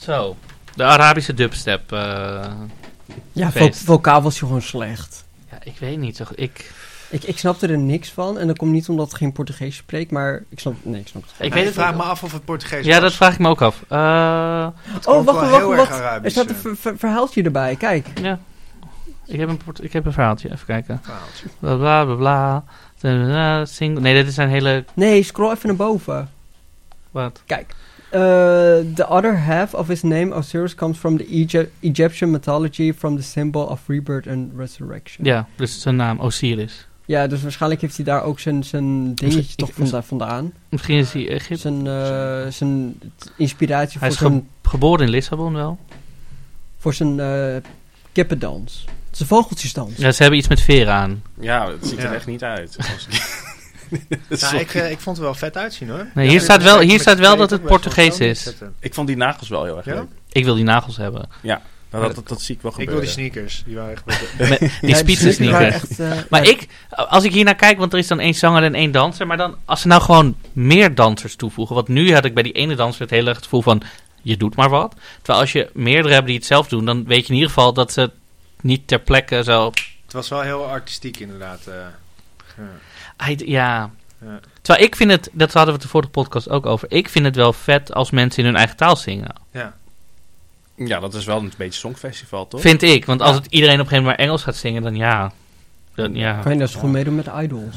Zo. De Arabische dubstep. eh, Ja, vo- feest. vocaal was hij gewoon slecht. ja, ik weet niet. Toch? Ik, Ik, ik snapte er niks van. En dat komt niet omdat ik geen Portugees spreek, maar ik snap... Nee, ik snap het ik Nee, weet ik het vraag niet. me af of het Portugees Ja, was. dat vraag ik me ook af. Eh, Het Oh, klonk wacht, wel wacht, heel wacht. erg Er Arabisch, staat een eh, ver- ver- verhaaltje erbij, kijk. ja. Ik heb, een port- ik heb een verhaaltje. Even kijken. verhaaltje. Bla bla bla bla. bla. Single. Nee, dit is een hele... Nee, scroll even naar boven. Wat? Kijk. Uh, the other half of his name, Osiris, comes from the Egypt- Egyptian mythology, from the symbol of rebirth and resurrection. Ja, dus zijn naam Osiris. Ja, dus waarschijnlijk heeft hij daar ook zijn, zijn dingetje Misschien- toch vanda- vandaan. Misschien is hij Egypte. Zijn, uh, zijn t- inspiratie Hij voor is ge- zijn, geboren in Lissabon wel. voor zijn uh, kippendans. Zijn vogeltjesdans. Ja, ze hebben iets met veren aan. Ja, het ziet er Ja. echt niet uit. Nou, ik, eh, ik vond het er wel vet uitzien hoor. Nee, Ja, hier dit staat is wel- echt hier met staat wel twee dat het ook best wel Portugees zo is. neerzetten. Ik vond die nagels wel heel erg Ja? leuk. Ik wil die nagels hebben. Nou, dat, dat, dat zie ik wel Ik gebeuren. wil die sneakers. Die waren echt Met die Ja, spitsen die waren sneakers. echt, uh, Maar ja, ik, als ik hier naar kijk, want er is dan één zanger en één danser. Maar dan, als ze nou gewoon meer dansers toevoegen. Want nu had ik bij die ene danser het hele gevoel van, je doet maar wat. Terwijl als je meerdere hebt die het zelf doen, dan weet je in ieder geval dat ze het niet ter plekke zo... Het was wel heel artistiek inderdaad. eh. Ja. Hij- ja. Ja. Terwijl ik vind het, dat hadden we het de vorige podcast ook over. Ik vind het wel vet als mensen in hun eigen taal zingen. Ja. Ja, dat is wel een beetje songfestival, toch? Vind ik. Want als Ja. het iedereen op een gegeven moment maar Engels gaat zingen, dan ja. Dan, ja. kan je dus gewoon meedoen met de idols.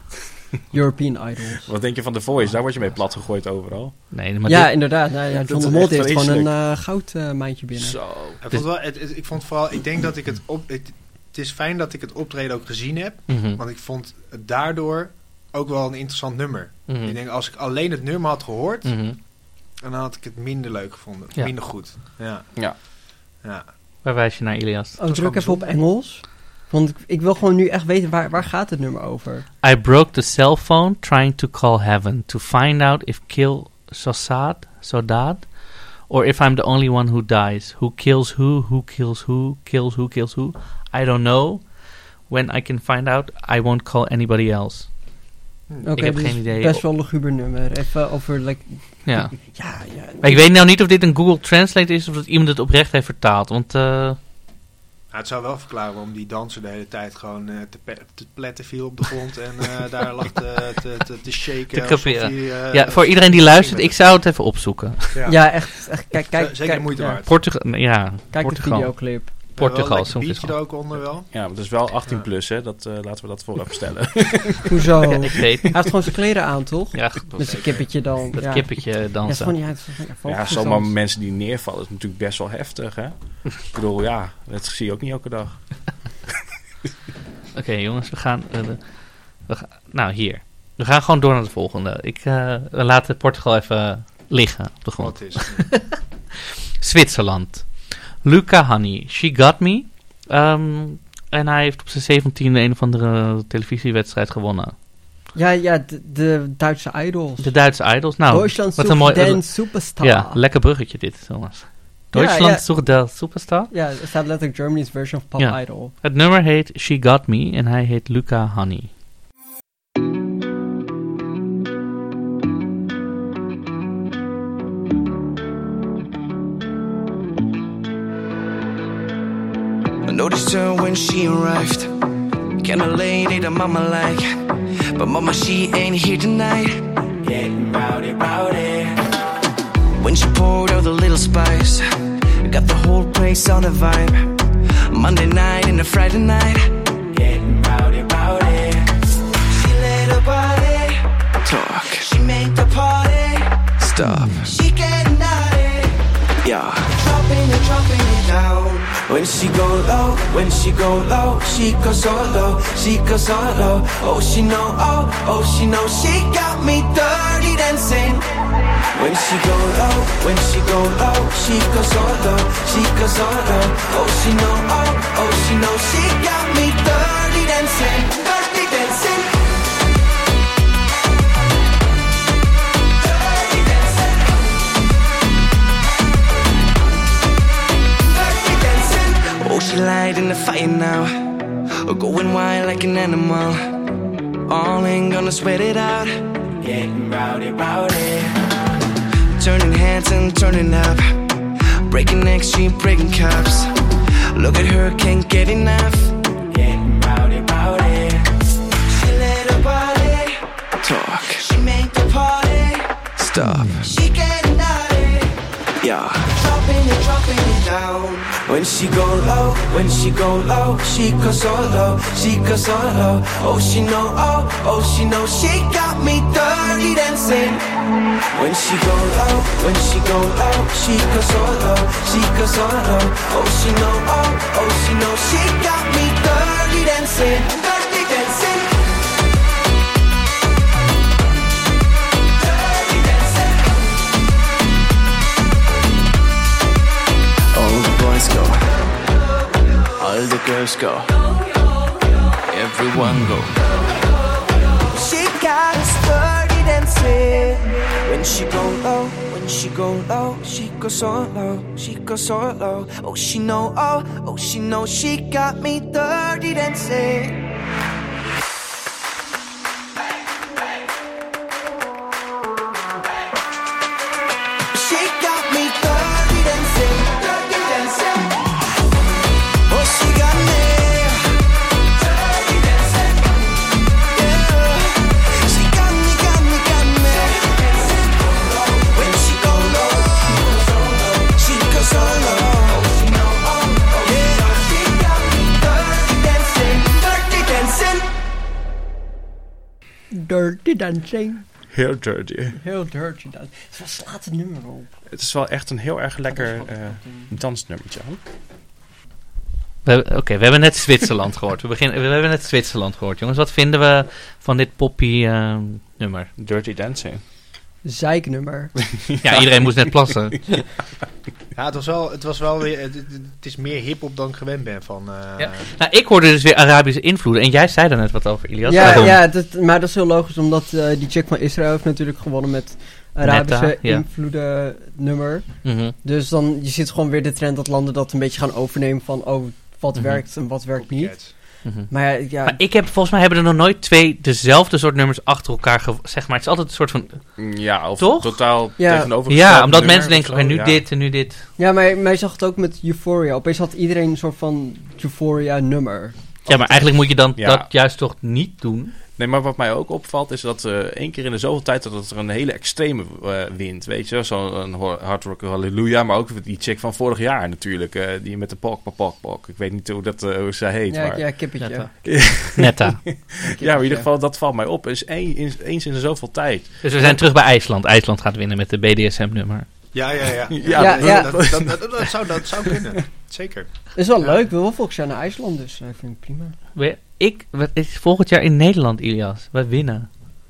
European idols. Wat denk je van The Voice? Daar word je mee plat gegooid overal. Nee, maar ja, dit- inderdaad. Nou, ja, Dat John de is Mol echt heeft gewoon vreselijk. een uh, goudmijntje binnen. Zo. Ik, Dus- vond wel, het, het- ik vond vooral, ik denk dat ik het op. Het, het is fijn dat ik het optreden ook gezien heb. Mhm, Want ik vond het daardoor ook wel een interessant nummer. mhm, Ik denk, als ik alleen het nummer had gehoord, mhm. dan had ik het minder leuk gevonden. Ja. Minder goed. Ja. Ja. Ja. Waar wijs je naar, Ilias? Oh, is druk gewoon even op bijzonder. Engels. Want ik, ik wil gewoon nu echt weten, waar, waar gaat het nummer over? I broke the cell phone trying to call heaven to find out if kill Sosad, Sodad, or if I'm the only one who dies. Who kills who, who kills who, kills who, kills who. I don't know. When I can find out, I won't call anybody else. Oké, heb dus geen idee. best wel een luguber nummer. Even over, like... Ja. Ja, ja. Maar ik weet nou niet of dit een Google Translate is of dat iemand het oprecht heeft vertaald. Want eh, Ja, het zou wel verklaren waarom die danser de hele tijd gewoon eh, te, pe- te pletten viel op de grond en eh, daar lag te, te, te, te shaken. Te alsof creperen. hij, eh, ja, voor iedereen die luistert, ik zou het even opzoeken. Ja. Ja, echt, echt. Kijk, kijk. Zeker kijk, de moeite ja. waard. Portugal, ja, Kijk de Portugal. videoclip. Portugal, Wel een soms lekker is biertje er ook onder wel. Ja, maar het is wel achttien Ja. plus, hè. Dat, eh, laten we dat voorop stellen. Hoezo? Ja, Hij ik weet. heeft gewoon zijn kleren aan, toch? Ja, goed, Met zijn kippetje dan. dat ja. kippetje Ja, het is dansen. gewoon, ja, het is gewoon, ja, ja, vogeltjesdans. zomaar mensen die neervallen is natuurlijk best wel heftig, hè. Ik bedoel, ja, dat zie je ook niet elke dag. Oké, jongens, we gaan, eh, de- we gaan... Nou, hier. We gaan gewoon door naar de volgende. Ik uh, laat Portugal even liggen op de grond. Wat is Zwitserland. Luca Honey. She Got Me. Um, en hij heeft op zijn zeventiende een of andere televisiewedstrijd gewonnen. Ja, ja, de, de Duitse idols. De Duitse Idols. Nou, Deutschland wat een mooi... Dance Superstar. Ja, lekker bruggetje dit, jongens. Deutschland ja. zoekt de superstar. Ja, er staat letterlijk Germany's version of Pop Ja. Idol. Het nummer heet She Got Me en hij heet Luca Honey. I noticed her when she arrived. Kinda lady that mama like. But mama, she ain't here tonight. Getting rowdy, rowdy. When she poured out the little spice, got the whole place on a vibe. Monday night and a Friday night. Getting rowdy, rowdy. She let her body talk. She made the party stop. She getting naughty. Yeah. Dropping it, dropping it down. When she go low, when she go low, she goes so low, she goes so low. Oh, she know, oh, oh, she know, she got me dirty dancing. When she go low, when she go low, she goes so low, she goes so low. Oh, she know, oh, oh, she know, she got me dirty dancing, dirty dancing. Oh, she light in the fire now, going wild like an animal. All ain't gonna sweat it out. Getting rowdy, rowdy. Turning heads and turning up. breaking necks, she breaking cups. Look at her, can't get enough. Getting rowdy, rowdy. She let her body talk. She make the party stop. She getting naughty. Yeah. Dropping it, dropping it down. When she go low, when she go low, she goes so low, she goes so low. Oh, she know, oh, oh, she know, she got me dirty dancing. When she go low, when she go low, she goes so low, she goes so low. Oh, she know, oh, oh, she know, she got me dirty dancing, dirty dancing. Dirty dancing. All the boys go, all the girls go, everyone go. She got us dirty dancing. When she go low, when she go low, she goes so low, she goes so low. Oh, she know, oh, oh, she know, she got me dirty dancing. She got me dirty dancing, dirty dancing. Oh, she got me dirty dancing. Yeah, she got me, got me, got me. When she go low, she goes so low. She know, oh, oh, yeah, she got me dirty dancing, dirty dancing. Dirty Dancing. Heel dirty. Heel dirty dancing. Wat slaat het nummer op? Het is wel echt een heel erg lekker uh, dansnummertje. We hebben- Oké, we hebben net Zwitserland gehoord. We, beginnen, we hebben net Zwitserland gehoord, jongens. Wat vinden we van dit poppy eh, nummer? Dirty Dancing. Zeiknummer. Ja, iedereen moest net plassen. Ja, het was wel, het was wel weer, het, het- het is meer hip-hop dan ik gewend ben van. eh, Ja. Nou, ik hoorde dus weer Arabische invloeden. En jij zei daar net wat over, Ilias. Ja, Waarom? ja dat, maar dat is heel logisch, omdat eh, die chick van Israël heeft natuurlijk gewonnen met Arabische Netta, ja. invloeden nummer. Mhm. Dus dan, je ziet gewoon weer de trend dat landen dat een beetje gaan overnemen van, oh, wat Mhm. werkt en wat werkt niet. copycats. Mhm. Maar ja, ja Maar ik heb, volgens mij hebben er nog nooit twee dezelfde soort nummers achter elkaar ge- zeg maar. Het is altijd een soort van... Ja, of Toch? totaal Ja. tegenovergestelde Ja, omdat nummer mensen denken, of oké, zo, nu ja. dit en nu dit. ja maar, maar je zag het ook met Euphoria. Opeens had iedereen een soort van Euphoria nummer. Ja, maar eigenlijk moet je dan Ja. dat juist toch niet doen. Nee, maar wat mij ook opvalt is dat uh, één keer in de zoveel tijd dat er een hele extreme uh, wind, weet je, zo'n ho- hard rock halleluja, maar ook die chick van vorig jaar natuurlijk, uh, die met de pok, pok, pok, pok. Ik weet niet hoe, dat, uh, hoe zij heet, Ja, maar... ja, kippetje. Netta. Kippetje. Netta. Ja, maar in ieder geval, dat valt mij op. Is één, in- eens in de zoveel tijd. Dus we zijn terug bij IJsland. IJsland gaat winnen met de B D S M-nummer. Ja, ja, ja. Ja, Ja, dat, ja. Dat, dat, dat, dat zou, dat zou kunnen. Zeker. Is wel Ja. leuk. Ik wil wel volgend jaar naar IJsland, dus ik vind het prima. We- Ik, wat is volgend jaar in Nederland, Ilias? Wij winnen.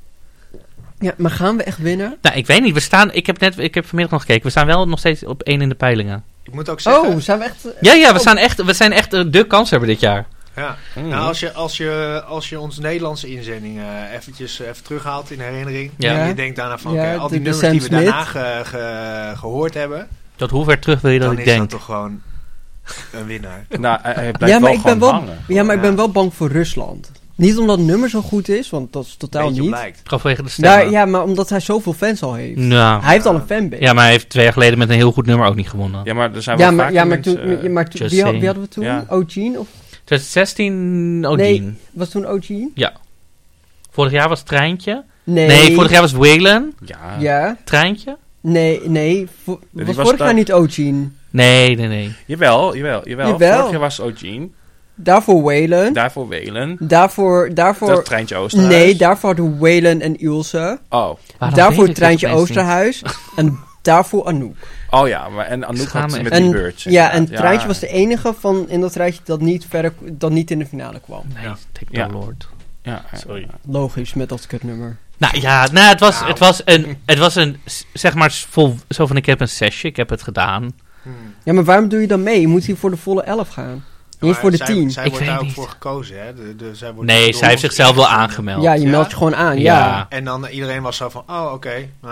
Ja, maar gaan we echt winnen? Nou, ik weet niet. We staan, ik heb net, ik heb vanmiddag nog gekeken. We staan wel nog steeds op één in de peilingen. Ik moet ook zeggen... Oh, zijn we echt... eh, Ja, ja, we, oh. staan echt, we zijn echt eh, de kanshebber dit jaar. Ja. Mm. Nou, als je, als, je, als je onze Nederlandse inzending eh, eventjes eh, even terughaalt in herinnering. Ja. En je denkt daarna van, Ja, oké, al de- die de nummers die we Sam Smith. daarna ge- ge- gehoord hebben. Tot hoe ver terug wil je dat Dan ik is denk? dat toch gewoon een winnaar. Nou, hij hij blijft Ja, maar wel ik ben gewoon wel, hangen. ja, maar ik ben Ja. wel bang voor Rusland. Niet omdat het nummer zo goed is, want dat is totaal Beetje niet. blijkt. Gewoon vanwege de stemmen. Nou, ja, maar omdat hij zoveel fans al heeft. Nou, Hij heeft al een fanbase. ja, maar hij heeft twee jaar geleden met een heel goed nummer ook niet gewonnen. Ja, maar er zijn wel ja, maar, vaker ja, maar mensen, toen, eh, ja, maar toen- Just wie, had- saying. wie hadden we toen? Ja. O'Gene? Of twintig zestien O'Gene. Nee. was toen O'Gene? Vorig jaar was het Treintje. Nee. Nee, vorig jaar was Waylon. Ja, Ja. Treintje? Nee, nee. Vo- Die was was vorig daar- jaar niet O'Gene. Nee, nee, nee. jawel, jawel, jawel. Jawel. Vorig jaar was O'Gene, Daarvoor Waylon. daarvoor Welen, Daarvoor... daarvoor dat Treintje Oosterhuis. nee, daarvoor hadden we Waylon en Ilse. Oh, Waarom Daarvoor weet ik Treintje dit opeens niet? Oosterhuis. en daarvoor Anouk. oh ja, maar en Anouk Schaam had me met echt. die En, beurt. ja, en inderdaad. Treintje was de enige van in dat rijtje dat niet, verder, dat niet in de finale kwam. Nee, Ja. take Ja. the Lord. Ja, ja, Sorry. ja. Logisch, met dat kutnummer. Nou ja, nou, het, was, Nou. het was een, het was een, s- zeg maar, vol, zo van ik heb een sessie, ik heb het gedaan. Hmm. Ja, maar waarom doe je dan mee? Je moet hier voor de volle elf gaan. Niet Maar voor de zij, tien. Zij Ik wordt daar weet ook niet. voor gekozen, hè? De, de, zij wordt Nee, door zij heeft ons zichzelf wel ingevonden. aangemeld. Ja, je Ja? meldt je gewoon aan. Ja. Ja. En dan eh, iedereen was zo van, oh, oké. nou,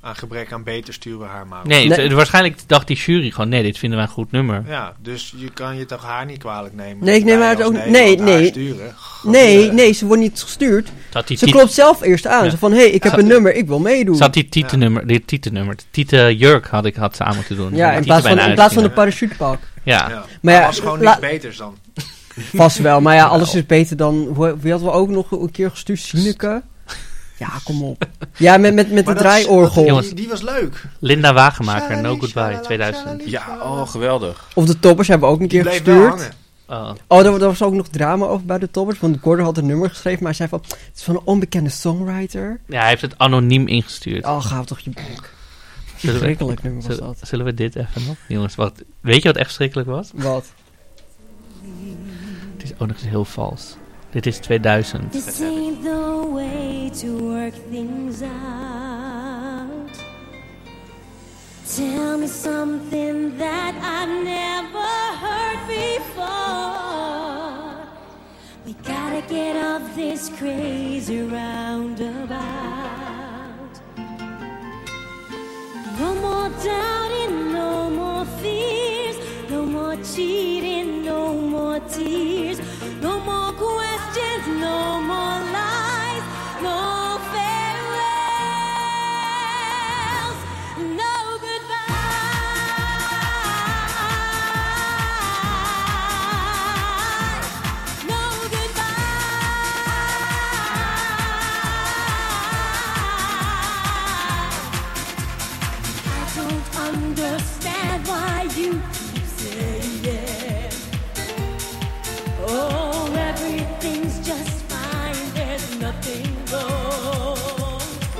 aan gebrek aan beter sturen we haar maar op. Nee, Nee. het- waarschijnlijk dacht die jury gewoon, nee, dit vinden wij een goed nummer. Ja, dus je kan je toch haar niet kwalijk nemen. Nee, ik neem Wij haar het als ook- Nederland nee, haar nee. Sturen. Nee, Eh, nee, ze wordt niet gestuurd. Zat die, Ze tit- klopt zelf eerst aan. Ja. Zo van, hé, hey, ik heb Zat- een nummer, ik wil meedoen. zat die titelnummer, die titelnummer, de titeljurk had ik had ze aan moeten doen. Ja, Die in plaats, van, titel in plaats van de bijna parachutepak. uitvinden. Ja. Ja. Maar Maar ja, was gewoon la- niks beters dan. Vast wel, maar ja, alles is beter dan... hoe- Wie hadden we ook nog een keer gestuurd? Sineke? Ja, kom op. Ja, met, met, met de Maar dat is- draaiorgel. dat- Jongens. Die, die was leuk. Linda Wagenmaker, No Shali, Goodbye, shalala, tweeduizend. shali, Ja, shalala. oh, geweldig. Of de toppers hebben we ook een Die keer bleef wel gestuurd. hangen. Oh. Oh, daar, daar was ook nog drama over bij de toppers. Want Gordon had een nummer geschreven, maar hij zei van... Het is van een onbekende songwriter. Ja, hij heeft het anoniem ingestuurd. Oh, ga toch je bek. Zullen we, Verschrikkelijk nummer was zullen, dat. zullen we dit even nog? Jongens, wat, weet je wat echt verschrikkelijk was? Wat? Het is ook nog eens heel vals. Dit is tweeduizend. This ain't the way to work things out. Tell me something that I've never heard before. We gotta get off this crazy roundabout. No more doubting, no more fears, no more cheating, no more tears, no more questions, no more lies, no farewells, no goodbye, no goodbye. I don't understand why you keep saying, oh, everything's just fine, there's nothing wrong.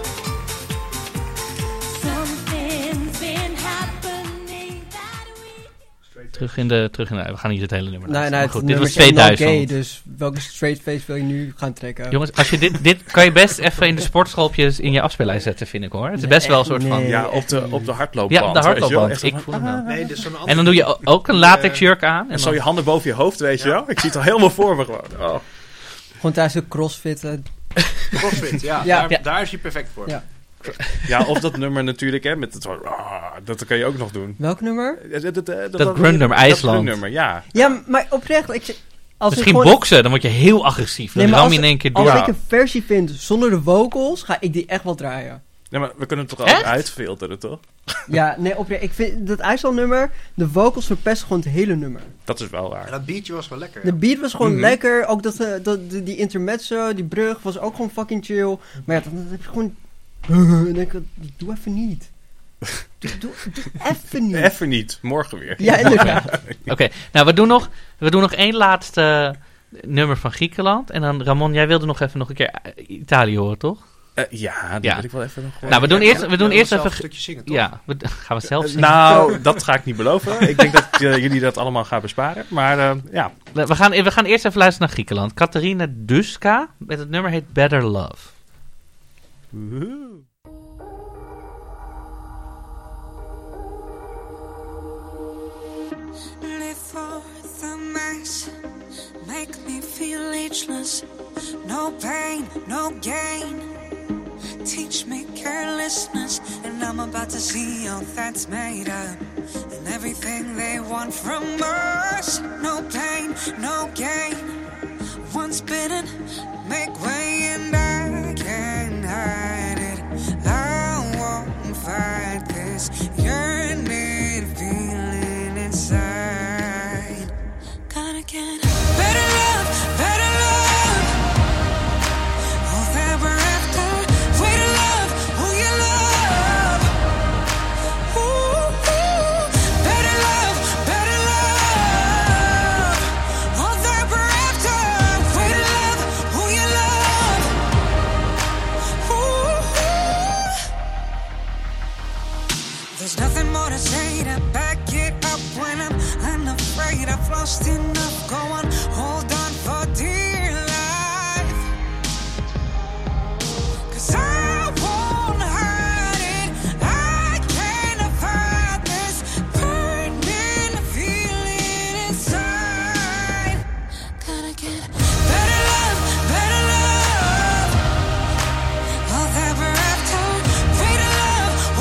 Something's been happening that we... Terug in de, terug in de, we gaan niet het hele nummer Nee, luisteren. nee, Maar het goed, dit nummer was is helemaal tweeduizend. gay, dus welke straight face wil je nu gaan trekken? Jongens, als je dit, dit kan je best even in de sportschoolpjes in je afspeellijst zetten, vind ik hoor. Het is best wel een soort van... Nee, Ja, op echt de, niet. op de hardloopband. Ja, op de weet je wel. hardloopband. Echt Ik van, voel hem wel. Nee, dus zo'n En dan doe je o- ook een latexjurk aan. En En zo dan, je handen boven je hoofd, weet je wel. Ik zie het al helemaal voor me gewoon. Oh. Gewoon tijdens de crossfitten. CrossFit, ja. Ja. daar, Ja. daar is hij perfect voor. Ja. Ja, of dat nummer natuurlijk, hè, met het soort, ah, dat kan je ook nog doen. Welk nummer? Dat, dat, dat, Dat grundnummer, IJsland. grundnummer, ja. Ja, maar oprecht, ik, als misschien ik gewoon, boksen, dan word je heel agressief. Dan Nee, maar ram als, je in één keer als door. ik een versie vind zonder de vocals, ga ik die echt wel draaien. Nee, maar we kunnen het toch Echt? ook uitfilteren, toch? Ja, nee, oprecht. Ik vind dat IJsland-nummer, de vocals verpesten gewoon het hele nummer. Dat is wel waar. En dat beatje was wel lekker. De beat was gewoon Mhm. lekker. Ook dat, eh, dat, die, die intermezzo, die brug was ook gewoon fucking chill. Maar ja, dan, dan heb je gewoon... Dan denk ik, doe even niet. Doe, doe, doe even niet. Even niet, morgen weer. Ja, inderdaad. Oké, nou we doen, nog, we doen nog één laatste nummer van Griekenland. En dan Ramon, jij wilde nog even nog een keer eh, Italië horen, toch? Eh, ja, die Ja. wil ik wel even nog horen. Nou, we doen Ja, eerst, ja, we doen ja, eerst zelf even... een stukje zingen, toch? Ja, we, gaan we zelf Eh, zingen. nou, dat ga ik niet beloven. Ik denk dat eh, jullie dat allemaal gaan besparen. Maar eh, ja, We gaan, we gaan eerst even luisteren naar Griekenland. Katerina Duska met het nummer heet Better Love. Live for the mass, make me feel ageless. No pain, no gain. Teach me carelessness, and I'm about to see all that's made up. And everything they want from us. No pain, no gain. Once bitten, make way, and I can't hide it. I won't fight this yearning feeling inside. Gotta get better love, better love. All that we're after, way to love who you love. Ooh, ooh. Better love, better love. All that we're after, way to love who you love. Ooh, ooh. There's nothing more to say to back it up when I'm unafraid I've lost enough. Go on, hold on for dear life. 'Cause I won't hide it. I can't fight this burning feeling inside. Gotta get better love, better love. All that we're after, way to love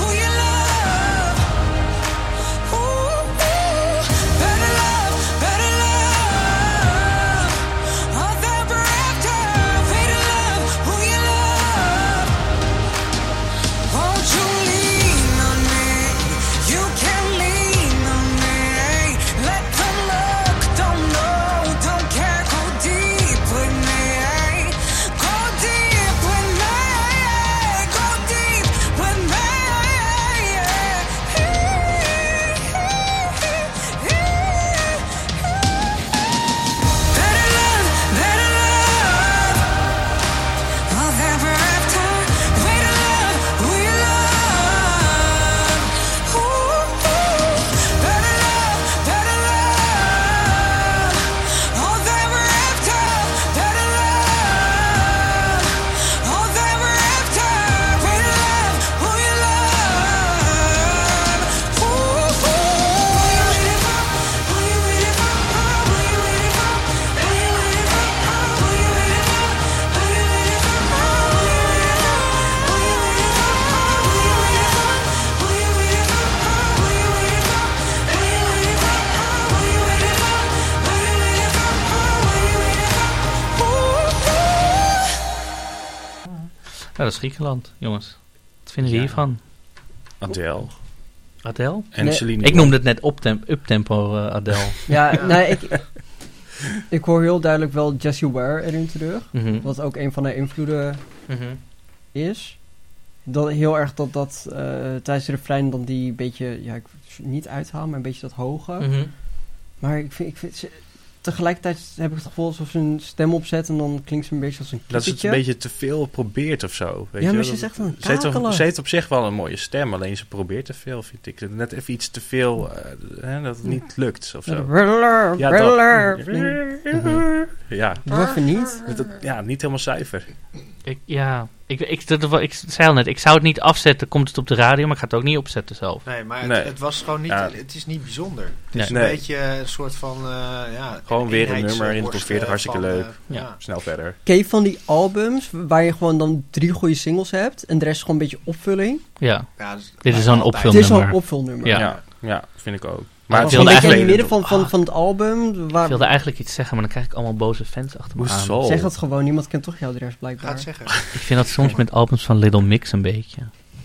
dat is Griekenland, jongens. Wat vinden we Ja. hiervan? Adele. Adele? En Nee, Celine Ik Dion. noemde het net uptem- uptempo uh, Adele. Ja, nee, ik, ik hoor heel duidelijk wel Jessie Ware erin terug. Mhm. Wat ook een van de invloeden Mhm. is. Dat, heel erg dat dat uh, tijdens de refrein dan die beetje, ja, ik niet uithaal, maar een beetje dat hoge. Mhm. Maar ik vind, ik vind ze, tegelijkertijd heb ik het gevoel alsof ze een stem opzet en dan klinkt ze een beetje als een Dat ze het kippetje. een beetje te veel probeert of zo. Weet Ja, je? maar ze Dat- is echt een ze heeft, op, kakelaar. ze heeft op zich wel een mooie stem, alleen ze probeert te veel, vind ik. Net even iets te veel, uh, hè, dat het niet lukt of zo. Riddler, Ja, riddler. dat. Ja, Doe even niet. dat- dat- ja, niet helemaal zuiver. Ik, ja, ik, ik, dat, ik zei al net, ik zou het niet afzetten, komt het op de radio, maar ik ga het ook niet opzetten zelf. Nee, maar Nee. Het, het was gewoon niet, Ja. het is niet bijzonder. Het Nee. is een Nee. beetje een soort van, uh, ja... Gewoon weer een eenheids- nummer in de top worst, veertig, uh, hartstikke van, leuk. uh, Ja. ja. Snel verder. Ken je van die albums waar je gewoon dan drie goede singles hebt en de rest gewoon een beetje opvulling? Ja, Ja, dus Dit is bijna zo'n altijd. Het is zo'n Nummer. opvulnummer. Ja. Ja, ja, vind ik ook. Maar Maar het Een wilde beetje in het eigenlijk- midden van, van, van het album. Waar, ik wilde eigenlijk iets zeggen, maar dan krijg ik allemaal boze fans achter me aan. Hoezo? zeg het gewoon, niemand kent toch jouw adres Ga blijkbaar. het zeggen. Ik vind dat soms met albums van Little Mix een beetje.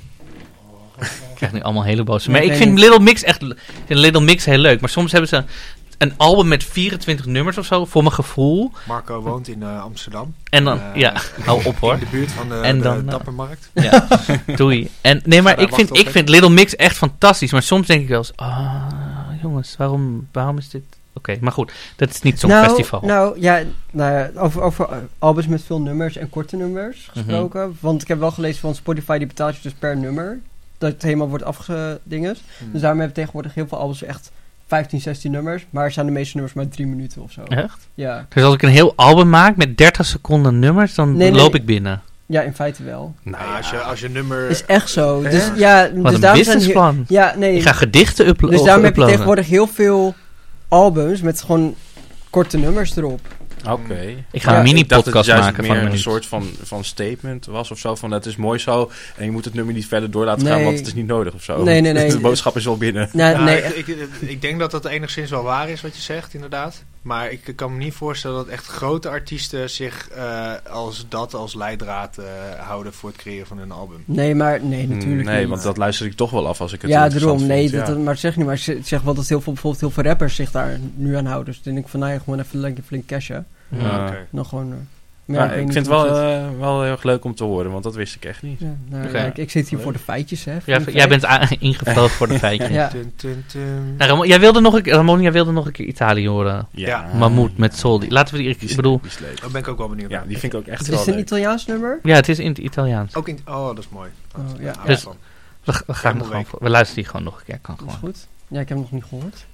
Ik krijg nu allemaal hele boze. Maar Nee, ik ik vind weet Little Mix echt, ik vind Little Mix heel leuk. Maar soms hebben ze een album met vierentwintig nummers of zo, voor mijn gevoel. Marco woont in uh, Amsterdam. En dan, Uh, ja, hou op hoor. In de buurt van de, En de dan, uh, Dappermarkt. Ja, doei. En, nee, maar Ga daar ik vind, wachten op, ik hè? vind Little Mix echt fantastisch. Maar soms denk ik wel eens, ah, jongens, waarom, waarom is dit... Oké, maar goed, dat is niet zo'n nou, festival. Nou ja, nou ja over, over uh, albums met veel nummers en korte nummers gesproken. Want ik heb wel gelezen van Spotify, die betaalt je dus per nummer. Dat het helemaal wordt afgedingest. Hmm. Dus daarom hebben tegenwoordig heel veel albums echt vijftien, zestien nummers. Maar zijn de meeste nummers maar drie minuten of zo. Echt? Ja, Dus als ik een heel album maak met dertig seconden nummers, dan Nee, nee, loop nee. ik binnen. ja in feite wel. Nou Nou, ja, als, je, als je nummer... Is echt zo. Echt? Dus ja, Wat dus een daarom zijn heel- businessplan. Ja, nee. Ik ga gedichten uplo- Dus daarom heb je uploaden. tegenwoordig heel veel albums met gewoon korte nummers erop. oké. Ik ga Ja, een Ik dacht dat het mini-podcast juist maken meer van een een minuut. soort van, van statement was of zo. Van het is mooi zo en je moet het nummer niet verder door laten gaan, Nee. want het is niet nodig of zo. Nee, nee, nee. De boodschap is wel binnen. Nou, Ja, nee, ik, ik, ik denk dat dat enigszins wel waar is wat je zegt, inderdaad. Maar ik kan me niet voorstellen dat echt grote artiesten zich uh, als dat als leidraad uh, houden voor het creëren van een album. nee, maar nee, natuurlijk nee, niet. want dat luister ik toch wel af als ik het Ja, interessant daarom. Nee, vind, dat, ja. dat- maar zeg niet. Maar ik zeg wel dat heel veel, bijvoorbeeld heel veel rappers zich daar nu aan houden. Dus dan denk ik van, nou ja, gewoon even lekker flink cashen. Ja. Ja. Oké. Dan gewoon... uh, Maar ja, ik weet vind niet het wel, hoe het eh, wel heel erg leuk om te horen, want dat wist ik echt niet. zit. Ja, nou, Oké. ja, ik, ik zit hier voor de feitjes, hè. Ja, fun jij fact. bent a- ingevlogen voor de feitjes. Ja. Tun, tun, tun. Nou, Ramon, jij wilde nog een, keer- Ramon, jij wilde nog een keer Italië horen. Ja. Mammoet met Soldi. Laten we die... Die Ik is, bedoel... die is leuk. Daar ben ik ook wel benieuwd Ja, naar. die vind ik ook echt Het wel is een leuk. Italiaans nummer? Ja, het is in het Italiaans. Ook in, oh, dat is mooi. Dat, Oh, ja. daar hou Dus- ik van. We, we gaan er Helemaal gewoon week. voor. We luisteren die gewoon nog een keer. Kan Dat is gewoon. goed. Ja, ik heb hem nog niet gehoord.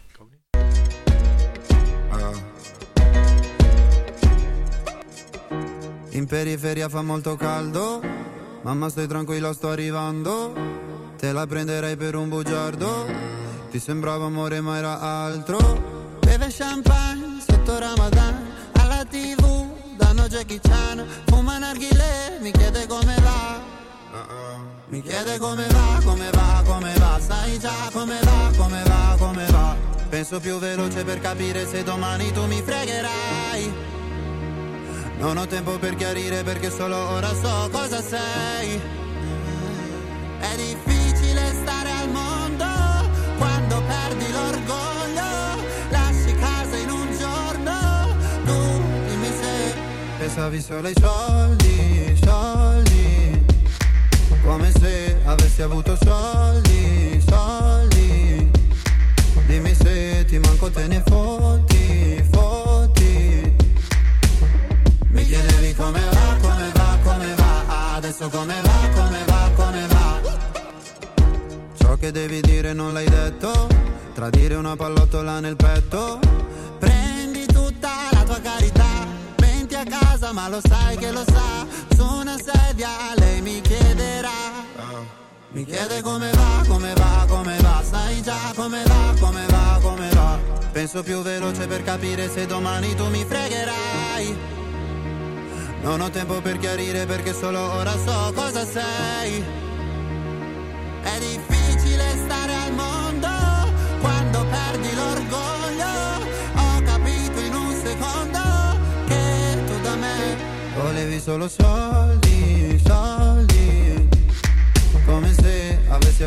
In periferia fa molto caldo, mamma stai tranquilla sto arrivando, te la prenderei per un bugiardo, ti sembrava amore ma era altro. Beve champagne sotto Ramadan, alla tv danno Jackie Chan, fuma narghile, mi chiede come va, mi chiede come va, come va, come va, sai già come va, come va, come va. Penso più veloce per capire se domani tu mi fregherai. Non ho tempo per chiarire perché solo ora so cosa sei. È difficile stare al mondo quando perdi l'orgoglio. Lasci casa in un giorno, tu dimmi se pensavi solo ai soldi, soldi. Come se avessi avuto soldi, soldi. Dimmi se ti manco te ne fotti, fotti. Mi chiedevi come va, come va, come va. Adesso come va, come va, come va. Ciò che devi dire non l'hai detto. Tradire una pallottola nel petto. Prendi tutta la tua carità. Venti a casa ma lo sai che lo sa. Su una sedia lei mi chiederà. Mi chiede come va, come va, come va. Sai già come va, come va, come va. Penso più veloce per capire se domani tu mi fregherai. Non ho tempo per chiarire perché solo ora so cosa sei. È difficile stare al mondo quando perdi l'orgoglio. Ho capito in un secondo che tu da me volevi solo soldi, soldi.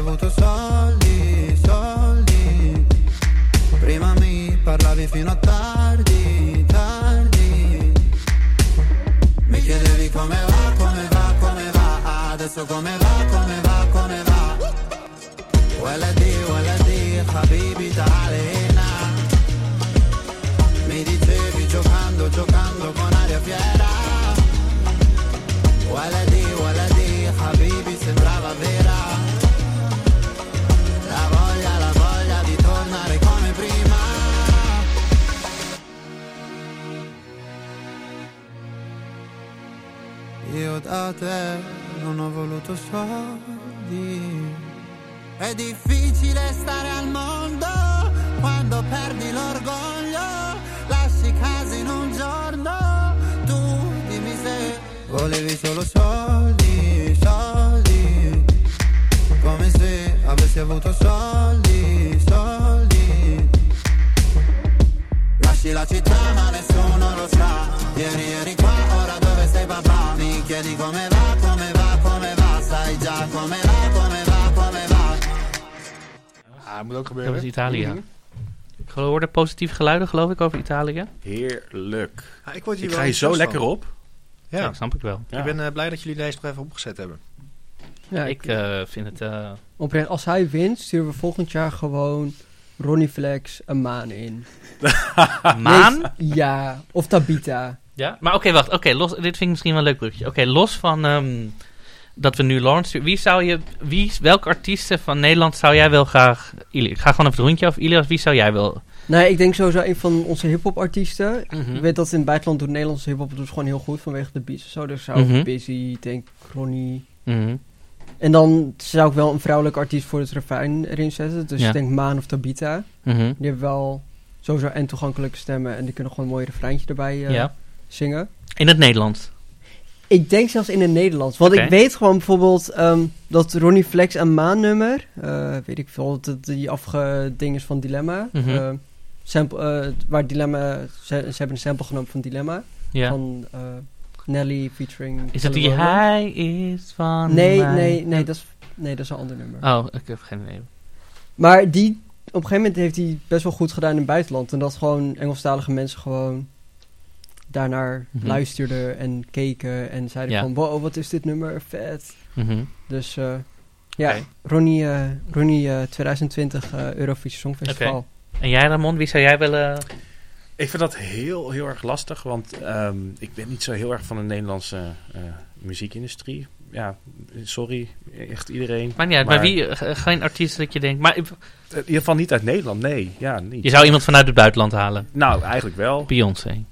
avuto soldi, soldi. Prima mi parlavi fino a tardi, tardi. Mi chiedevi come va, come va, come va. Adesso come va, come va, come va. Waladi, waladi, habibi ta'alina. Mi dicevi giocando, giocando con aria fiera. Waladi, waladi, habibi sembrava vera. La voglia, la voglia di tornare come prima. Io da te non ho voluto soldi. È difficile stare al mondo quando perdi l'orgoglio. Lasci casa in un giorno. Tu dimmi se volevi solo soldi, soldi. Come se avessi avuto soldi, soldi. Lasci la città ma nessuno lo sa. Ieri eri qua, ora dove sei papà? Mi chiedi come va, come va, come va. Sai già come va, come va, come va. Ah, moet ook Dat gebeuren. was Italië. Mhm. Ik hoorde positieve geluiden, geloof ik, over Italië. Heerlijk. Ah, ik word hier Ik wel ga je zo enthousiast lekker van. op. Ja, Ja, snap ik wel. Ja. ik ben eh, blij dat jullie deze nog even opgezet hebben. Ja, ik eh, vind het... eh, Oprecht, als hij wint, sturen we volgend jaar gewoon Ronnie Flex een maan in. maan? Nee, ja, of Tabita. Ja, maar oké, wacht. Oké, los. Dit vind ik misschien wel een leuk bruggetje. Oké, los van ehm, dat we nu Lawrence... Wie zou je... Wie, welke artiesten van Nederland zou jij wel graag... Ili, ik ga gewoon even het rondje af. Ilias, wie zou jij wel... Nee, ik denk sowieso een van onze hip-hop artiesten. Mhm. Ik weet dat in het buitenland doet Nederlandse hip-hop dus gewoon heel goed vanwege de beats en zo. Dus zou Mhm. ik Busy, denk Ronnie. Mhm. En dan zou ik wel een vrouwelijke artiest voor het refrein erin zetten. Dus Ja. ik denk Maan of Tabita. Mhm. Die hebben wel sowieso en toegankelijke stemmen. En die kunnen gewoon een mooi refreintje erbij eh, Ja. zingen. In het Nederlands. Ik denk zelfs in het Nederlands. Want Oké. ik weet gewoon bijvoorbeeld ehm, dat Ronnie Flex een Maan nummer. eh, weet ik veel, dat die afgeding is van Dilemma. Mhm. eh, sample, eh, waar Dilemma, ze, ze hebben een sample genomen van Dilemma. Ja. Van eh, Nelly featuring... Is dat die Kelly Rowland. Hij is van Nee, mij? nee, nee, dat is, nee, dat is een ander nummer. Oh, ik heb geen idee. Maar die, op een gegeven moment heeft hij best wel goed gedaan in het buitenland. En dat gewoon Engelstalige mensen gewoon daarnaar Mhm. luisterden en keken. En zeiden Ja. van, wow, wat is dit nummer, vet. Mhm. Dus eh, ja, Oké. Ronnie, eh, Ronnie eh, twintig twintig eh, Eurovisie Songfestival. Oké. En jij, Ramon, wie zou jij willen... Ik vind dat heel, heel erg lastig, want ehm, ik ben niet zo heel erg van de Nederlandse eh, muziekindustrie. Ja, sorry, echt iedereen. Maar niet uit, Maar- maar wie... eh, geen artiest dat je denkt... Maar In ieder geval niet uit Nederland, nee. Ja, niet. je zou iemand vanuit het buitenland halen. Nou, eigenlijk wel. Beyoncé.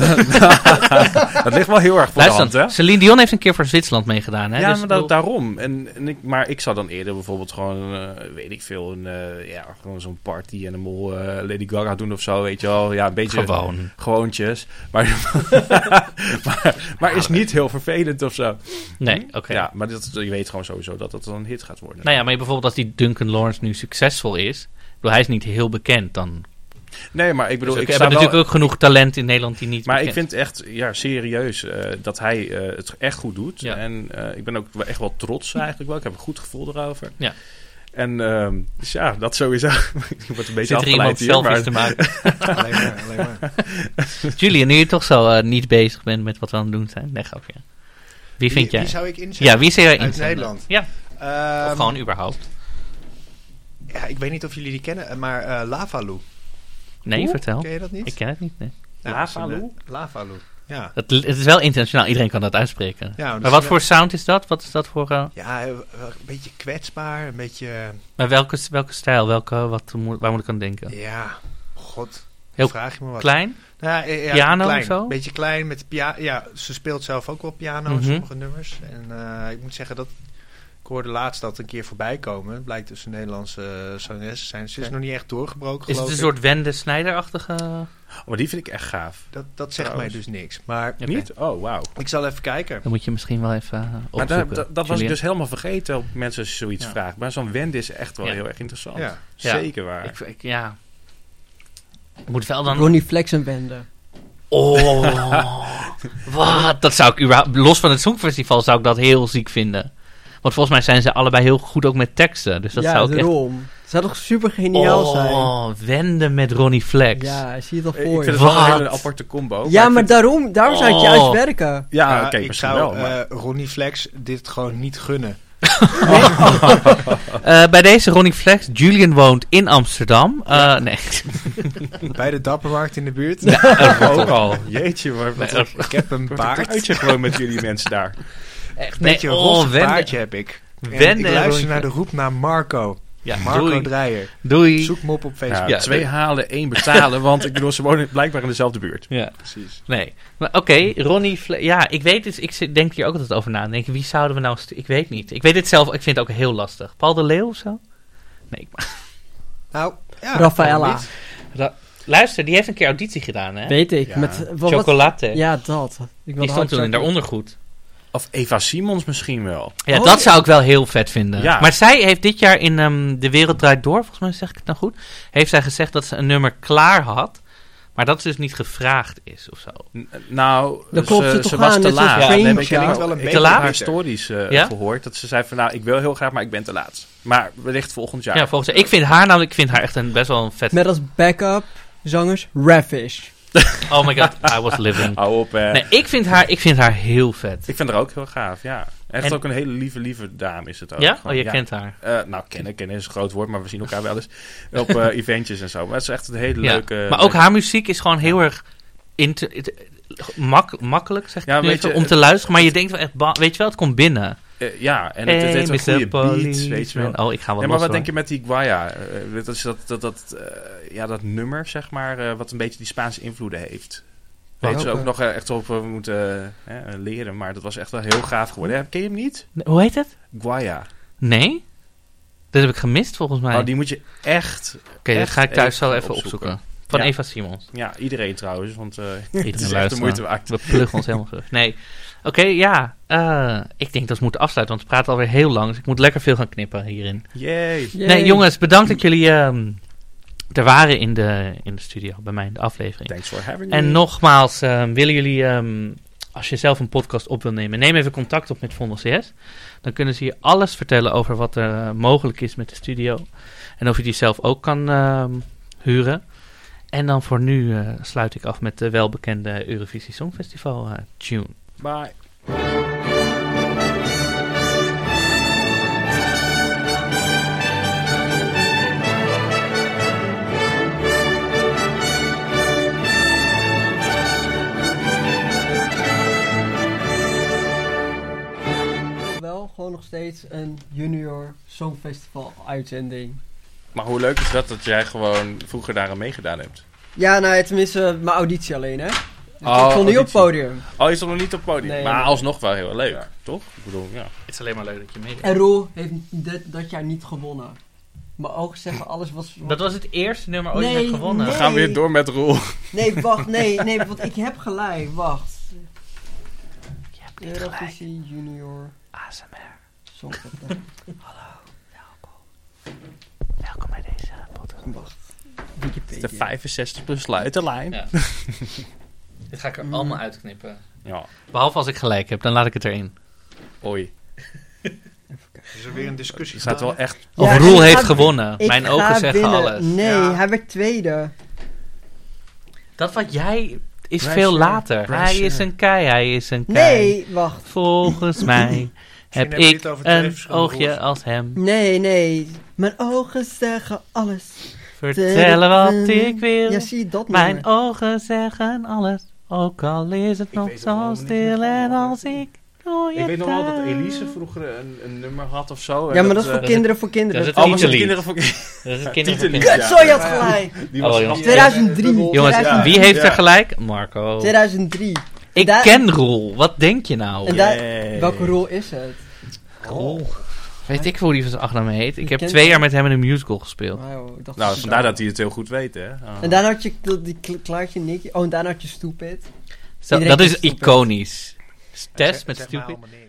Dat ligt wel heel erg voor de hand, Luister, hè? Celine Dion heeft een keer voor Zwitserland meegedaan, hè? Ja, Dus maar ik da- bedoel- daarom. En, en ik, maar ik zou dan eerder bijvoorbeeld gewoon, eh, weet ik veel, een, eh, ja, gewoon zo'n party en een mol eh, Lady Gaga doen of zo, weet je wel. Ja, een beetje Gewoon. gewoontjes. Maar, maar, maar is niet heel vervelend of zo. Nee, oké. Ja, maar dat, je weet gewoon sowieso dat het dan een hit gaat worden. Nou ja, maar bijvoorbeeld als die Duncan Lawrence nu succesvol is... Ik bedoel, hij is niet heel bekend dan. Nee, maar ik bedoel, Dus ik we sta hebben wel... natuurlijk ook genoeg talent in Nederland die niet Maar ik bekend vind echt, ja, serieus, eh, dat hij eh, het echt goed doet. Ja. En eh, ik ben ook wel echt wel trots eigenlijk wel. Ik heb een goed gevoel erover. Ja. En ehm, dus ja, dat sowieso. Ik word een beetje Zit er iemand afgeleid hier. selfies Maar... te maken? alleen maar, alleen maar. Julian, nu je toch zo eh, niet bezig bent met wat we aan het doen zijn. Nee, grapje. Wie vind jij? Wie zou ik inzetten? Ja, wie zou jij Uit inzetten? Nederland? Ja, Ehm, of gewoon überhaupt. Ja, ik weet niet of jullie die kennen, maar eh Lavalu. Nee, Hoe? vertel. Ken je dat niet? Ik ken het niet, nee. Nou, Lavalu? dat is een, eh, Lavalu. Ja. Het, het is wel internationaal, iedereen kan dat uitspreken. Ja, dat Maar is wat een- voor sound is dat? Wat is dat voor... eh, Ja, een beetje kwetsbaar, een beetje... maar welke, welke stijl? Welke, wat, moet- waar moet ik aan denken? Ja, god. Heel vraag je me wat. Klein? Nou, ja, ja, Piano klein. of zo? Beetje klein met piano. Ja, ze speelt zelf ook wel piano in Mhm. sommige nummers. En eh, ik moet zeggen dat ik hoorde laatst dat een keer voorbij komen. Het blijkt dus een Nederlandse uh, zangeres te zijn. Ze is Oké. nog niet echt doorgebroken, Is het geloof een ik. soort Wende Snijder-achtige... Oh, maar die vind ik echt gaaf. Dat, dat zegt Trouwens. mij dus niks. Maar Oké. Niet? Oh, wauw. ik zal even kijken. Dan moet je misschien wel even uh, Maar opzoeken. da- da- dat was ik Julian. dus helemaal vergeten op mensen als je zoiets Ja. vraagt. Maar zo'n Wend is echt wel Ja. heel erg interessant. Ja. Ja. Zeker waar. Ik, ik, ja. Ik moet wel dan... Ronnie Flex en Bende. Oh, wat? Dat zou ik überhaupt... Los van het Songfestival zou ik dat heel ziek vinden. Want volgens mij zijn ze allebei heel goed ook met teksten. Dus dat ja, zou ook echt... daarom. Het zou toch super geniaal zijn? Oh, wenden met Ronnie Flex. Ja, ik zie het al Ik voor vind je. het wel een Wat? hele aparte combo. Ja, ik maar vind- daarom, daarom zou het Oh. juist werken. Ja, Ja, oké, ik misschien zou wel. maar- eh, Ronnie Flex dit gewoon niet gunnen. Uh, bij deze Ronnie Flex. Julian woont in Amsterdam. Uh, nee. Bij de Dappermarkt in de buurt. ook al. Jeetje, maar wat Nee, een Ik heb een baard. uitje gewoon met jullie mensen daar. Echt, Een beetje een oh, roze wenden. baardje heb ik. En Wenden ik en luister Ronnie naar de Flex. roep naar Marco. Ja, Marco doei. Dreyer. Doei. Zoek me op op Facebook. Ja, Ja, twee de- halen, één betalen. Want ik bedoel, ze wonen blijkbaar in dezelfde buurt. Ja. Precies. Nee. Maar oké, Ronnie Flex. Ja, ik weet dus, ik zit- denk hier ook altijd over na. Dan denk ik, wie zouden we nou... stu- Ik weet niet. Ik weet het zelf, ik vind het ook heel lastig. Paul de Leeuw of zo? Nee. ik- Nou, ja. Rafaella. waarom niet? Ra- Luister, die heeft een keer auditie gedaan, hè? Weet ik. Ja. Met, wat, wat- Chocolate. Ja, dat. Ik Die wilde stond toen in haar hard ondergoed. Of Eva Simons misschien wel. Ja, Oh, dat ja. zou ik wel heel vet vinden. Ja. Maar zij heeft dit jaar in ehm, De Wereld Draait Door, volgens mij zeg ik het nou goed, heeft zij gezegd dat ze een nummer klaar had, maar dat ze dus niet gevraagd is of zo. N- nou, Dan klopt ze, het ze toch was aan, te net zoals laat. Strange, nee, maar ik ja. heb Wel een ik beetje heb laat? haar stories eh, Ja? gehoord. Dat ze zei van, nou, ik wil heel graag, maar ik ben te laat. Maar wellicht volgend jaar. Ja, volgens ik vind haar namelijk, ik vind haar echt een best wel een vet. Met als backup zangers Ravish. Oh my god, I was living. Hou op, hè. Nee, ik vind haar, ik vind haar heel vet. Ik vind haar ook heel gaaf, ja. Echt En- ook een hele lieve, lieve dame is het ook. Ja? Gewoon, Oh, je kent haar. Eh, nou, kennen, kennen is een groot woord, maar we zien elkaar wel eens op eh, eventjes en zo. Maar het is echt een hele Ja. leuke... Maar ook haar muziek is gewoon heel erg inter- it- mak- makkelijk, zeg ik Ja, nu weet even, je, om te luisteren. Maar je denkt wel echt, ba- weet je wel, het komt binnen. Eh, ja, en het, het Hey, heeft een mister goede beat, Policeman. weet je wel. Oh, ik ga wel Ja, maar los, wat hoor. denk je met die Guaya? Eh, dat is dat, dat, dat, eh, ja, dat nummer, zeg maar, eh, wat een beetje die Spaanse invloeden heeft. Weet je, Welke? ook nog eh, echt op eh, moeten eh, eh, leren, maar dat was echt wel heel gaaf geworden. Eh, ken je hem niet? Hoe heet het? Guaya. Nee? Dat heb ik gemist, volgens mij. Oh, die moet je echt... Oké, dat echt ga ik thuis zo even even opzoeken. opzoeken. Van Ja. Eva Simons. Ja, iedereen trouwens, want eh het Iedereen is echt de luisteren. moeite waard. We pluggen ons helemaal terug. Nee. Oké, ja. eh, ik denk dat we moeten afsluiten, want we praten alweer heel lang. Dus ik moet lekker veel gaan knippen hierin. Yay. Nee, jongens, bedankt dat jullie ehm, er waren in de, in de studio bij mij in de aflevering. Thanks for having me. En nogmaals, ehm, willen jullie, ehm, als je zelf een podcast op wil nemen, neem even contact op met Vondel C S. Dan kunnen ze je alles vertellen over wat er eh, mogelijk is met de studio. En of je die zelf ook kan ehm, huren. En dan voor nu eh, sluit ik af met de welbekende Eurovisie Songfestival eh, tune. Bye. Wel gewoon nog steeds een junior songfestival uitzending. Maar hoe leuk is dat dat jij gewoon vroeger daaraan meegedaan hebt? Ja, nou ja, tenminste mijn auditie alleen, hè. Dus Oh, ik stond niet op het auditie. podium. Oh, je stond nog niet op het podium. Nee, maar nee. alsnog wel heel leuk, Ja. toch? Ik bedoel, ja. Het is alleen maar leuk dat je meedoet. En Roel heeft dit, dat jaar niet gewonnen. Mijn ogen zeggen alles was... Dat was het eerste nummer ooit Nee, dat je hebt gewonnen. We nee. gaan weer door met Roel. Nee, wacht, nee, nee, want ik heb gelijk, wacht. Je hebt niet gelijk. Eurovisie Junior A S M R. Songfestival. Hallo, welkom. Welkom bij deze podcast. Wacht. De Wikipedia. vijfenzestig besluiten lijn. Ja. Dit ga ik er allemaal uitknippen. Ja. Behalve als ik gelijk heb, dan laat ik het erin. Oei. Is er weer een discussie? Er staat wel echt... Of Ja, Roel ik heeft ga- gewonnen. Ik Mijn ga ogen zeggen winnen. alles. Nee, Ja. hij werd tweede. Dat wat jij is Bryce veel Sher. later. Bryce hij Sher. is een kei, hij is een kei. Nee, wacht. Volgens mij heb hebben we ik dit over twee een verschillende oogje Roels. als hem. Nee, nee. Mijn ogen zeggen alles. Vertellen wat ik wil. Ja, zie je dat Mijn nummer? ogen zeggen alles. Ook al is het nog weet nog wel zo niet stil meer en van als ik door je Ik weet nog wel dat tuin- Elise vroeger een, een nummer had of zo. en Ja, maar dat is eh, voor kinderen voor kinderen. dat is het Oh, was het Titellied. kinderen voor Dat is het Ja, kinderen voor titellied. kinderen. Kut, zo, je had gelijk. Die Oh, was jongens. tweeduizend drie. Jongens, tweeduizend wie drie. heeft er Ja. gelijk? Marco. tweeduizend drie. Ik Daar- ken Roel. Wat denk je nou? En daar, Yay. welke rol is het? Roel. Weet ik hoe die van zijn achternaam heet. Ik Ik heb ken- twee jaar met hem in een musical gespeeld. Wauw, ik dacht Nou, dat- vandaar dat hij het heel goed weet, hè. Oh. En daarna had je dat- die kl- Klaartje Nicky. Oh, en daarna had je Stupid. Zo, Iedereen dat kent is Stupid. iconisch. Test Zeg- met zeg maar Stupid. allemaal niks.